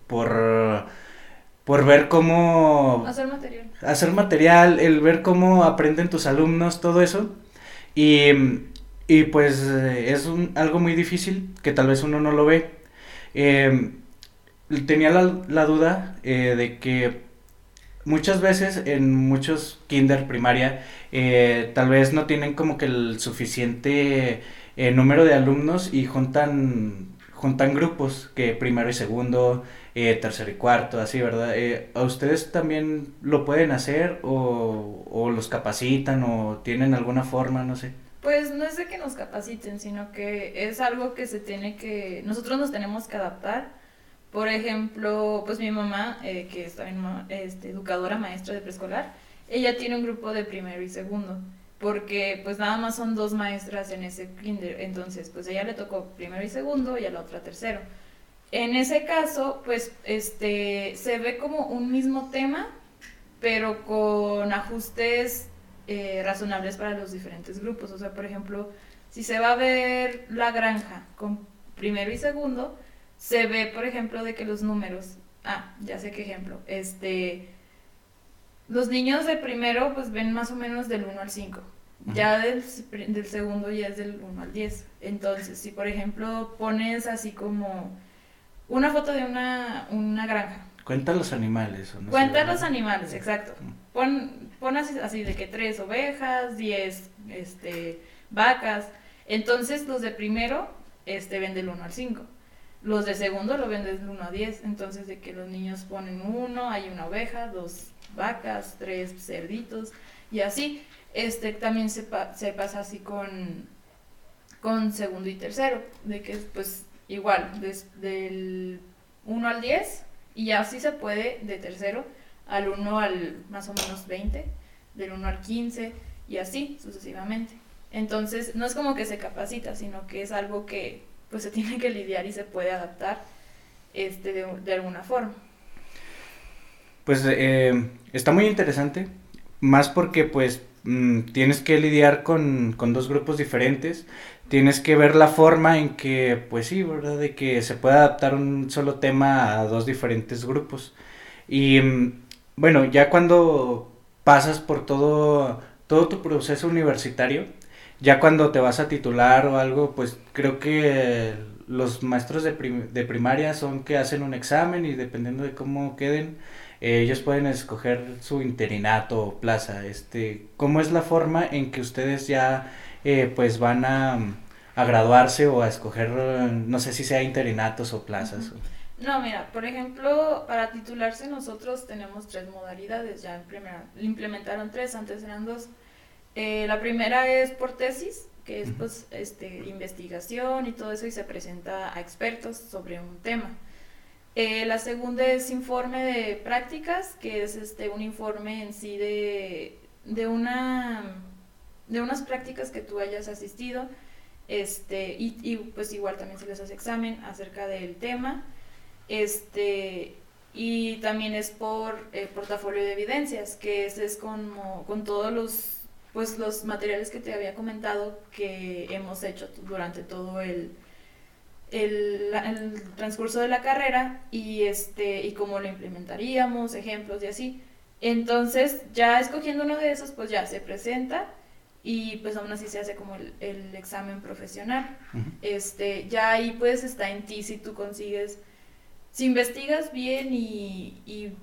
[SPEAKER 1] por ver cómo
[SPEAKER 2] Hacer material.
[SPEAKER 1] hacer material, el ver cómo aprenden tus alumnos, todo eso. Y, y pues es algo muy difícil que tal vez uno no lo ve. Eh, Tenía la duda de que muchas veces en muchos kinder primaria tal vez no tienen como que el suficiente número de alumnos y juntan grupos que primero y segundo, tercero y cuarto, así, ¿verdad? ¿A ustedes también lo pueden hacer o los capacitan o tienen alguna forma, no sé?
[SPEAKER 2] Pues no es de que nos capaciten, sino que es algo que nosotros nos tenemos que adaptar. Por ejemplo, pues mi mamá, que es también educadora maestra de preescolar, ella tiene un grupo de primero y segundo, porque pues nada más son dos maestras en ese kinder, entonces pues a ella le tocó primero y segundo y a la otra tercero. En ese caso, pues se ve como un mismo tema, pero con ajustes razonables para los diferentes grupos. O sea, por ejemplo, si se va a ver La Granja con primero y segundo, se ve, por ejemplo, de que los números, ya sé qué ejemplo, los niños de primero pues ven más o menos del 1 al 5. Ya del segundo ya es del 1 al 10. Entonces, si por ejemplo pones así como una foto de una granja.
[SPEAKER 1] Cuenta los animales. ¿O no?
[SPEAKER 2] Cuenta los animales, exacto. Pon así de que 3 ovejas, 10 vacas. Entonces los de primero ven del 1 al 5. Los de segundo lo ven del 1 a 10. Entonces de que los niños ponen 1, hay una oveja, 2 vacas, 3 cerditos y así. También se pasa así con segundo y tercero, de que pues igual, del 1 al 10, y ya así se puede de tercero al 1 al más o menos 20, del 1 al 15 y así sucesivamente. Entonces no es como que se capacita, sino que es algo que pues se tiene que lidiar y se puede adaptar de alguna forma.
[SPEAKER 1] Pues está muy interesante, más porque pues tienes que lidiar con dos grupos diferentes, tienes que ver la forma en que, pues sí, ¿verdad? De que se pueda adaptar un solo tema a dos diferentes grupos. Y bueno, ya cuando pasas por todo tu proceso universitario, ya cuando te vas a titular o algo, pues creo que los maestros de primaria son que hacen un examen y dependiendo de cómo queden, ellos pueden escoger su interinato o plaza. ¿Cómo es la forma en que ustedes ya pues van a graduarse o a escoger, no sé si sea interinatos o plazas?
[SPEAKER 2] No, mira, por ejemplo, para titularse nosotros tenemos 3 modalidades, ya implementaron 3, antes eran 2. La primera es por tesis, que es pues investigación y todo eso, y se presenta a expertos sobre un tema. La segunda es informe de prácticas, que es un informe en sí de unas prácticas que tú hayas asistido, y pues igual también se les hace examen acerca del tema, y también es por portafolio de evidencias, que es con todos los materiales que te había comentado que hemos hecho durante todo el transcurso de la carrera, y cómo lo implementaríamos, ejemplos y así. Entonces, ya escogiendo uno de esos, pues ya se presenta y pues aún así se hace como el examen profesional. Ya ahí pues está en ti si tú consigues, si investigas bien y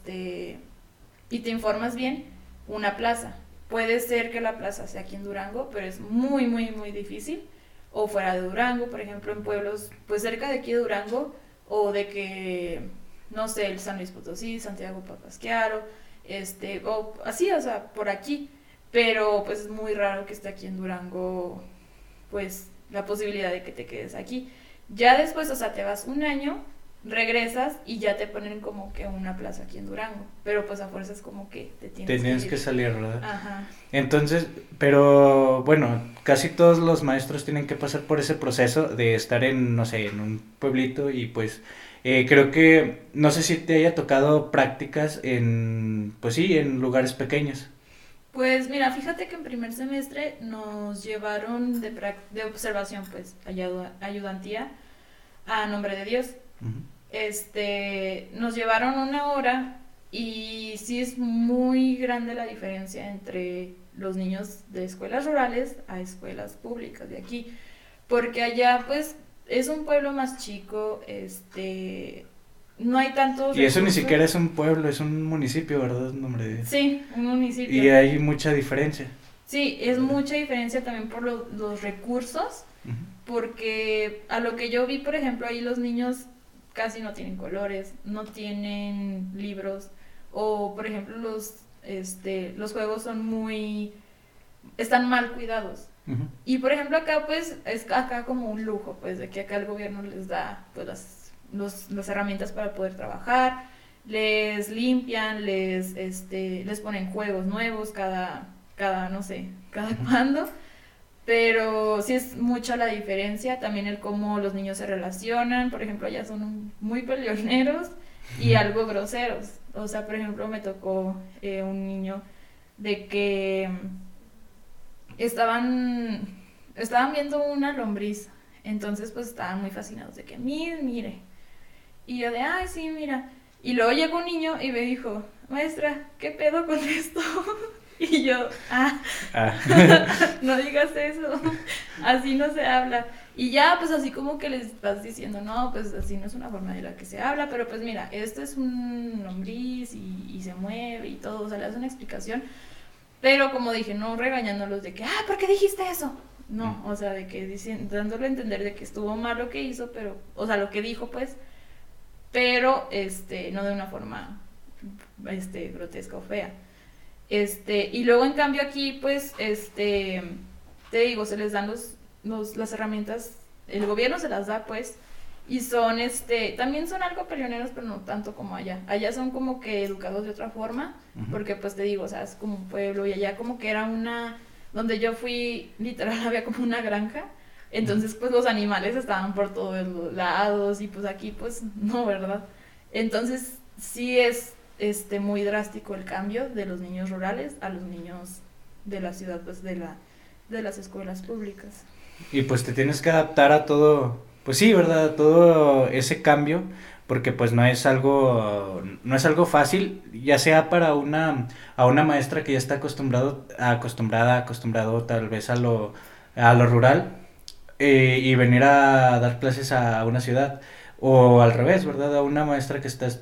[SPEAKER 2] te informas bien, una plaza. Puede ser que la plaza sea aquí en Durango, pero es muy, muy, muy difícil. O fuera de Durango, por ejemplo, en pueblos pues cerca de aquí de Durango, o de que, no sé, el San Luis Potosí, Santiago Papasquiaro, o así, o sea, por aquí. Pero pues es muy raro que esté aquí en Durango, pues la posibilidad de que te quedes aquí. Ya después, o sea, te vas un año, regresas y ya te ponen como que una plaza aquí en Durango, pero pues a fuerzas como que
[SPEAKER 1] tienes que salir, ¿verdad?
[SPEAKER 2] Ajá.
[SPEAKER 1] Entonces, pero bueno, casi todos los maestros tienen que pasar por ese proceso de estar en, no sé, en un pueblito y pues creo que, no sé si te haya tocado prácticas pues sí, en lugares pequeños.
[SPEAKER 2] Pues mira, fíjate que en primer semestre nos llevaron de observación, pues, ayudantía a Nombre de Dios.
[SPEAKER 1] Uh-huh.
[SPEAKER 2] Nos llevaron 1 hora y sí es muy grande la diferencia entre los niños de escuelas rurales a escuelas públicas de aquí, porque allá pues es un pueblo más chico, no hay tantos
[SPEAKER 1] y eso
[SPEAKER 2] recursos.
[SPEAKER 1] ni siquiera es un pueblo, es un municipio, ¿verdad? Nombre de Dios.
[SPEAKER 2] Sí, un municipio.
[SPEAKER 1] Y hay mucha diferencia.
[SPEAKER 2] Sí, es mucha diferencia también por los recursos,
[SPEAKER 1] Uh-huh.
[SPEAKER 2] porque a lo que yo vi, por ejemplo, ahí los niños casi no tienen colores, no tienen libros, o por ejemplo los juegos están mal cuidados.
[SPEAKER 1] Uh-huh.
[SPEAKER 2] Y por ejemplo acá pues es acá como un lujo, pues de que acá el gobierno les da pues las herramientas para poder trabajar, les limpian, les ponen juegos nuevos cada no sé, cada cuándo. Pero sí es mucha la diferencia, también el cómo los niños se relacionan, por ejemplo, allá son muy peleoneros y algo groseros. O sea, por ejemplo, me tocó un niño de que estaban viendo una lombriz Entonces pues estaban muy fascinados de que, mire. Y yo de, ay, sí, mira. Y luego llegó un niño y me dijo, maestra, ¿qué pedo con esto? Y yo, no digas eso, así no se habla. Y ya, pues así como que les vas diciendo, no, pues así no es una forma de la que se habla, pero pues mira, esto es un lombriz y se mueve y todo, o sea, le das una explicación. Pero como dije, no regañándolos de que, ¿por qué dijiste eso? No, o sea, de que dándole a entender de que estuvo mal lo que hizo, pero, o sea, lo que dijo, pues, pero, no de una forma, grotesca o fea. Y luego en cambio aquí, pues, te digo, se les dan las herramientas, el gobierno se las da, pues, y son, también son algo peleoneros, pero no tanto como allá. Allá son como que educados de otra forma, porque pues te digo, o sea, es como un pueblo, y allá como que era donde yo fui, literal, había como una granja, entonces pues los animales estaban por todos los lados, y pues aquí pues no, ¿verdad? Entonces sí es muy drástico el cambio de los niños rurales a los niños de la ciudad, pues de las escuelas públicas.
[SPEAKER 1] Y pues te tienes que adaptar a todo, pues sí, ¿verdad? Todo ese cambio, porque pues no es algo fácil, ya sea para a una maestra que ya está acostumbrado tal vez a lo rural, y venir a dar clases a una ciudad, o al revés, ¿verdad? A una maestra que está,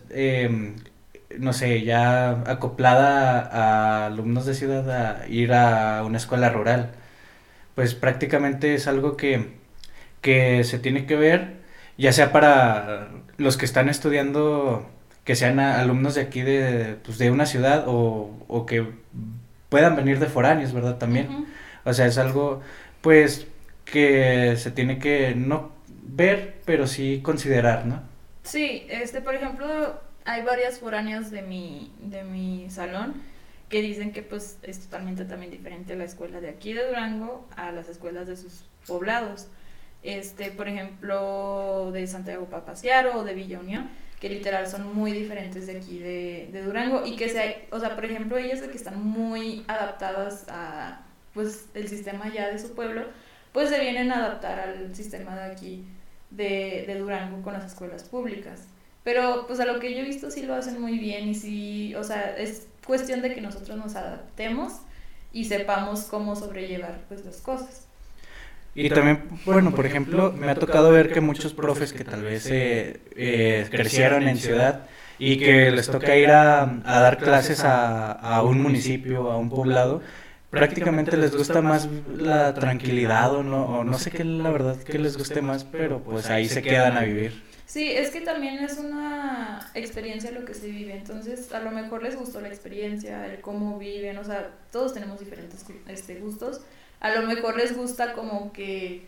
[SPEAKER 1] no sé, ya acoplada a alumnos de ciudad a ir a una escuela rural. Pues prácticamente es algo que se tiene que ver, ya sea para los que están estudiando, que sean alumnos de aquí pues de una ciudad, o que puedan venir de foráneos, ¿verdad? También.
[SPEAKER 2] Uh-huh.
[SPEAKER 1] O sea, es algo, pues, que se tiene que no ver, pero sí considerar, ¿no?
[SPEAKER 2] Sí, por ejemplo, hay varias foráneas de mi salón que dicen que pues es totalmente también diferente la escuela de aquí de Durango a las escuelas de sus poblados. Por ejemplo, de Santiago Papaciaro o de Villa Unión, que literal son muy diferentes de aquí de Durango, y o sea, por ejemplo, ellas de que están muy adaptadas a pues el sistema ya de su pueblo, pues se vienen a adaptar al sistema de aquí de Durango con las escuelas públicas. Pero pues a lo que yo he visto sí lo hacen muy bien, y sí, o sea, es cuestión de que nosotros nos adaptemos y sepamos cómo sobrellevar pues las cosas.
[SPEAKER 1] Y también, bueno, por ejemplo, me ha tocado ver que muchos profes que tal vez crecieron en ciudad y que les toca ir a dar clases a un municipio, a un poblado, prácticamente les gusta más la tranquilidad, o no sé qué la verdad que les guste más, pero pues ahí se quedan a vivir.
[SPEAKER 2] Sí, es que también es una experiencia lo que se vive, entonces a lo mejor les gustó la experiencia, el cómo viven, o sea, todos tenemos diferentes gustos. A lo mejor les gusta como que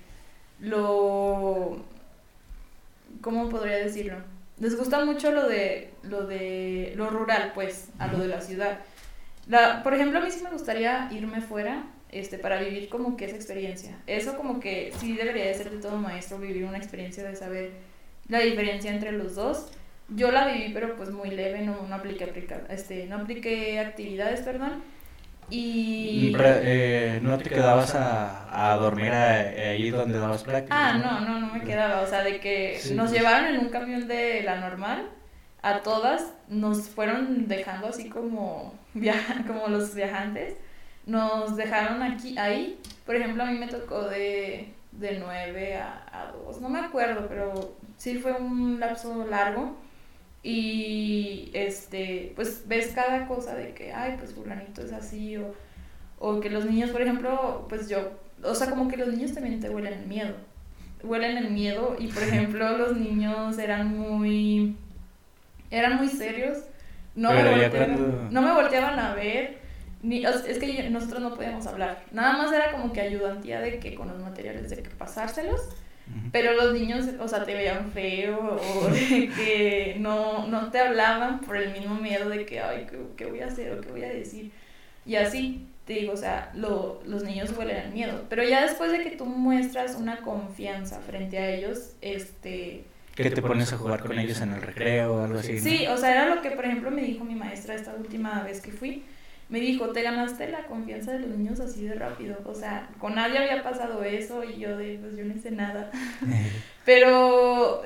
[SPEAKER 2] ¿cómo podría decirlo? Les gusta mucho lo rural, pues, a lo de la ciudad. Por ejemplo, a mí sí me gustaría irme fuera, para vivir como que esa experiencia. Eso como que sí debería de ser de todo maestro, vivir una experiencia de saber la diferencia entre los dos. Yo la viví, pero pues muy leve, no apliqué actividades, perdón. Y
[SPEAKER 1] ¿No te quedabas a dormir ahí donde dabas prácticas?
[SPEAKER 2] no me quedaba, o sea, de que
[SPEAKER 1] Sí,
[SPEAKER 2] nos
[SPEAKER 1] pues.
[SPEAKER 2] llevaron en un camión de la normal, a todas, nos fueron dejando así como, como los viajantes, nos dejaron ahí, por ejemplo, a mí me tocó de 9 a 2, no me acuerdo, pero sí fue un lapso largo. Y pues ves cada cosa de que, ay, pues fulanito es así, o que los niños, por ejemplo, pues o sea, como que los niños también te huelen el miedo, y por ejemplo los niños eran muy serios, no me volteaban a ver, es que nosotros no podíamos hablar, nada más era como que ayudantía de que con los materiales de que pasárselos. Pero los niños, o sea, te veían feo, o de que no te hablaban por el mismo miedo de que, ay, ¿qué voy a hacer o qué voy a decir? Y así, te digo, o sea, los niños huelen al miedo. Pero ya después de que tú muestras una confianza frente a ellos,
[SPEAKER 1] Que te pones a jugar con ellos en el recreo o algo así, ¿no?
[SPEAKER 2] Sí, o sea, era lo que, por ejemplo, me dijo mi maestra esta última vez que fui. me dijo, te ganaste la confianza de los niños así de rápido, o sea, con nadie había pasado eso y yo pues yo no sé nada. Pero,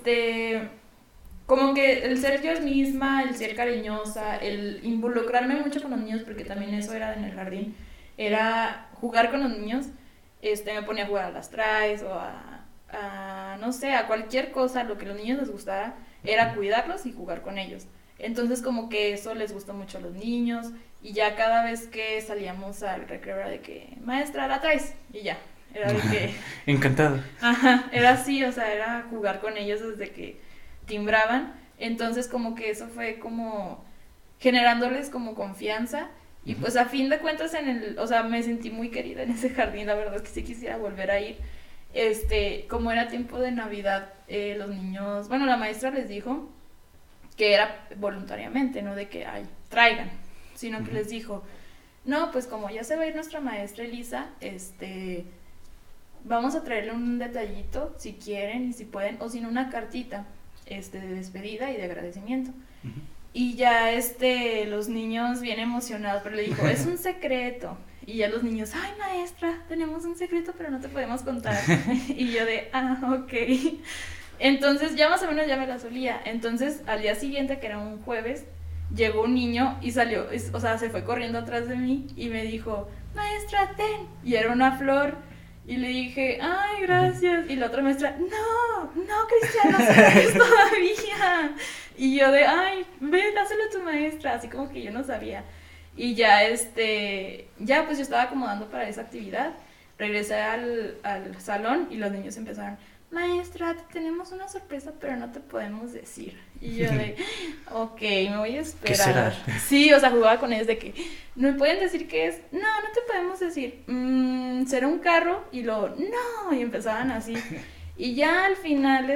[SPEAKER 2] como que el ser yo misma, el ser cariñosa, el involucrarme mucho con los niños, porque también eso era en el jardín, era jugar con los niños, me ponía a jugar a las traes o no sé, a cualquier cosa, lo que a los niños les gustara, era cuidarlos y jugar con ellos. Entonces como que eso les gustó mucho a los niños y ya cada vez que salíamos al recreo era de que, maestra, la traes, y ya, era de que...
[SPEAKER 1] Encantado.
[SPEAKER 2] Ajá, era así, o sea, era jugar con ellos desde que timbraban, entonces como que eso fue como generándoles como confianza y pues a fin de cuentas o sea, me sentí muy querida en ese jardín, la verdad es que sí quisiera volver a ir. Como era tiempo de Navidad, los niños, bueno, la maestra les dijo que era voluntariamente, no de que, ay, traigan, sino que les dijo, no, pues como ya se va a ir nuestra maestra Elisa, vamos a traerle un detallito, si quieren y si pueden, o si no una cartita, de despedida y de agradecimiento. Y ya los niños bien emocionados, pero le dijo, es un secreto. Y ya los niños, ay maestra, tenemos un secreto pero no te podemos contar. Y yo de, ok. Entonces ya más o menos ya me la solía. Entonces al día siguiente, que era un jueves, llegó un niño y salió, o sea, se fue corriendo atrás de mí y me dijo, maestra, ten. Y era una flor. Y le dije, ay, gracias. Y la otra maestra, no, Cristian, no sabes todavía. Y yo de, ay, ven, dáselo a tu maestra. Así como que yo no sabía. Y ya, ya pues yo estaba acomodando para esa actividad. Regresé al salón y los niños empezaron, maestra, te tenemos una sorpresa, pero no te podemos decir. Y yo de, ok, me voy a esperar.
[SPEAKER 1] ¿Qué será?
[SPEAKER 2] Sí, o sea, jugaba con ellos de que, ¿no me pueden decir qué es? No te podemos decir. ¿Será un carro? Y luego, no, y empezaban así. Y ya al final,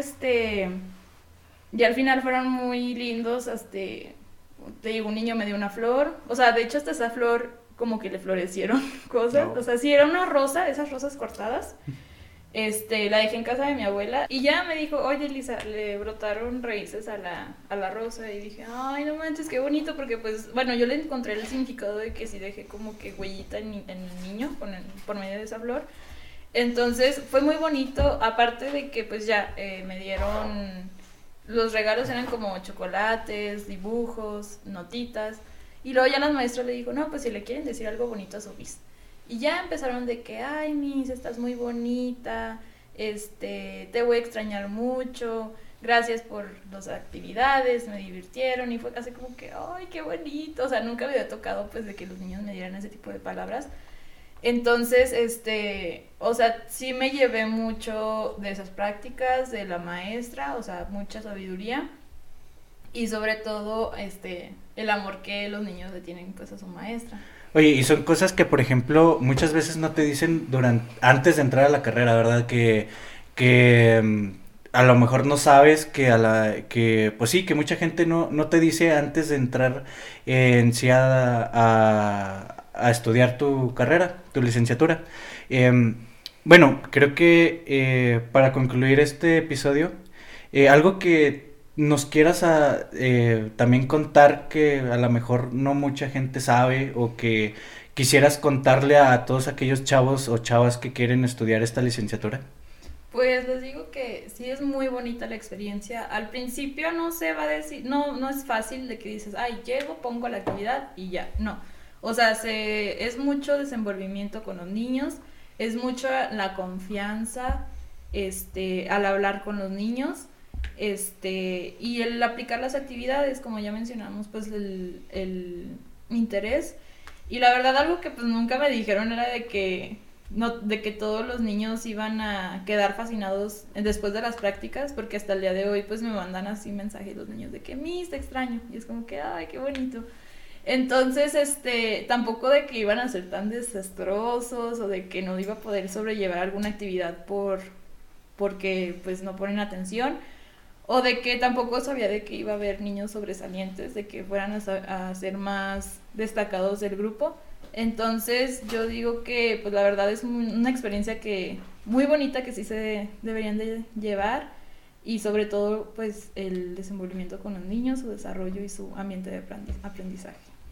[SPEAKER 2] fueron muy lindos, te digo, un niño me dio una flor, o sea, de hecho hasta esa flor como que le florecieron cosas, o sea, sí, era una rosa, esas rosas cortadas. La dejé en casa de mi abuela y ya me dijo, oye Lisa, le brotaron raíces a la rosa y dije, ay no manches, qué bonito, porque pues, bueno, yo le encontré el significado de que sí dejé como que huellita en el niño por medio de esa flor. Entonces fue muy bonito, aparte de que pues ya me dieron, los regalos eran como chocolates, dibujos, notitas, y luego ya las maestras le dijo, no, pues si le quieren decir algo bonito a Sofís. Y ya empezaron de que, ay, Miss, estás muy bonita, te voy a extrañar mucho, gracias por las actividades, me divirtieron, y fue casi como que, ay, qué bonito, o sea, nunca me había tocado, pues, de que los niños me dieran ese tipo de palabras. Entonces, o sea, sí me llevé mucho de esas prácticas, de la maestra, o sea, mucha sabiduría, y sobre todo, el amor que los niños le tienen, pues, a su maestra.
[SPEAKER 1] Oye, y son cosas que, por ejemplo, muchas veces no te dicen antes de entrar a la carrera, ¿verdad? Que a lo mejor no sabes que pues sí, que mucha gente no te dice antes de entrar en sí a estudiar tu carrera, tu licenciatura. Bueno, creo que para concluir este episodio, algo que nos quieras también contar que a lo mejor no mucha gente sabe o que quisieras contarle a todos aquellos chavos o chavas que quieren estudiar esta licenciatura.
[SPEAKER 2] Pues les digo que sí es muy bonita la experiencia. Al principio no se va a decir, no es fácil de que dices, ay, llego, pongo la actividad y ya, no. O sea, es mucho desenvolvimiento con los niños, es mucho la confianza, al hablar con los niños. Y el aplicar las actividades, como ya mencionamos, pues el interés. Y la verdad, algo que pues nunca me dijeron era de que todos los niños iban a quedar fascinados después de las prácticas, porque hasta el día de hoy pues me mandan así mensajes los niños de que, Miss, te extraño, y es como que, ay, qué bonito. Entonces, tampoco de que iban a ser tan desastrosos o de que no iba a poder sobrellevar alguna actividad porque pues no ponen atención. O de que tampoco sabía de que iba a haber niños sobresalientes, de que fueran a ser más destacados del grupo. Entonces yo digo que pues la verdad es una experiencia muy bonita que sí se deberían de llevar, y sobre todo pues el desenvolvimiento con los niños, su desarrollo y su ambiente de aprendizaje.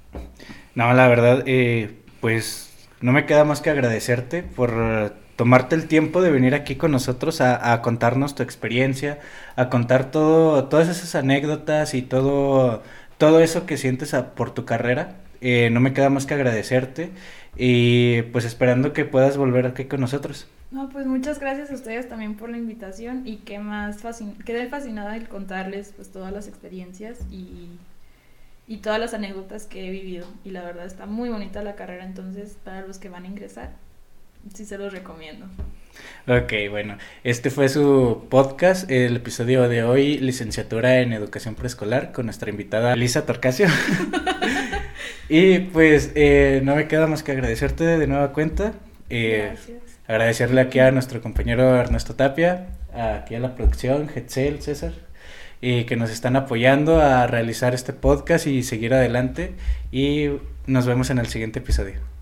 [SPEAKER 1] No, la verdad, pues no me queda más que agradecerte por tomarte el tiempo de venir aquí con nosotros a contarnos tu experiencia, a contar todas esas anécdotas y todo eso que sientes por tu carrera. No me queda más que agradecerte y pues esperando que puedas volver aquí con nosotros.
[SPEAKER 2] No, pues muchas gracias a ustedes también por la invitación y quedé fascinada el contarles pues todas las experiencias y todas las anécdotas que he vivido. Y la verdad está muy bonita la carrera, entonces para los que van a ingresar, sí se los recomiendo.
[SPEAKER 1] Ok, bueno, este fue su podcast, el episodio de hoy, licenciatura en educación preescolar, con nuestra invitada Elisa Torcasio. Y pues no me queda más que agradecerte de nueva cuenta.
[SPEAKER 2] Gracias.
[SPEAKER 1] Agradecerle aquí a nuestro compañero Ernesto Tapia, aquí a la producción, Hetzel, César, y que nos están apoyando a realizar este podcast y seguir adelante. Y nos vemos en el siguiente episodio.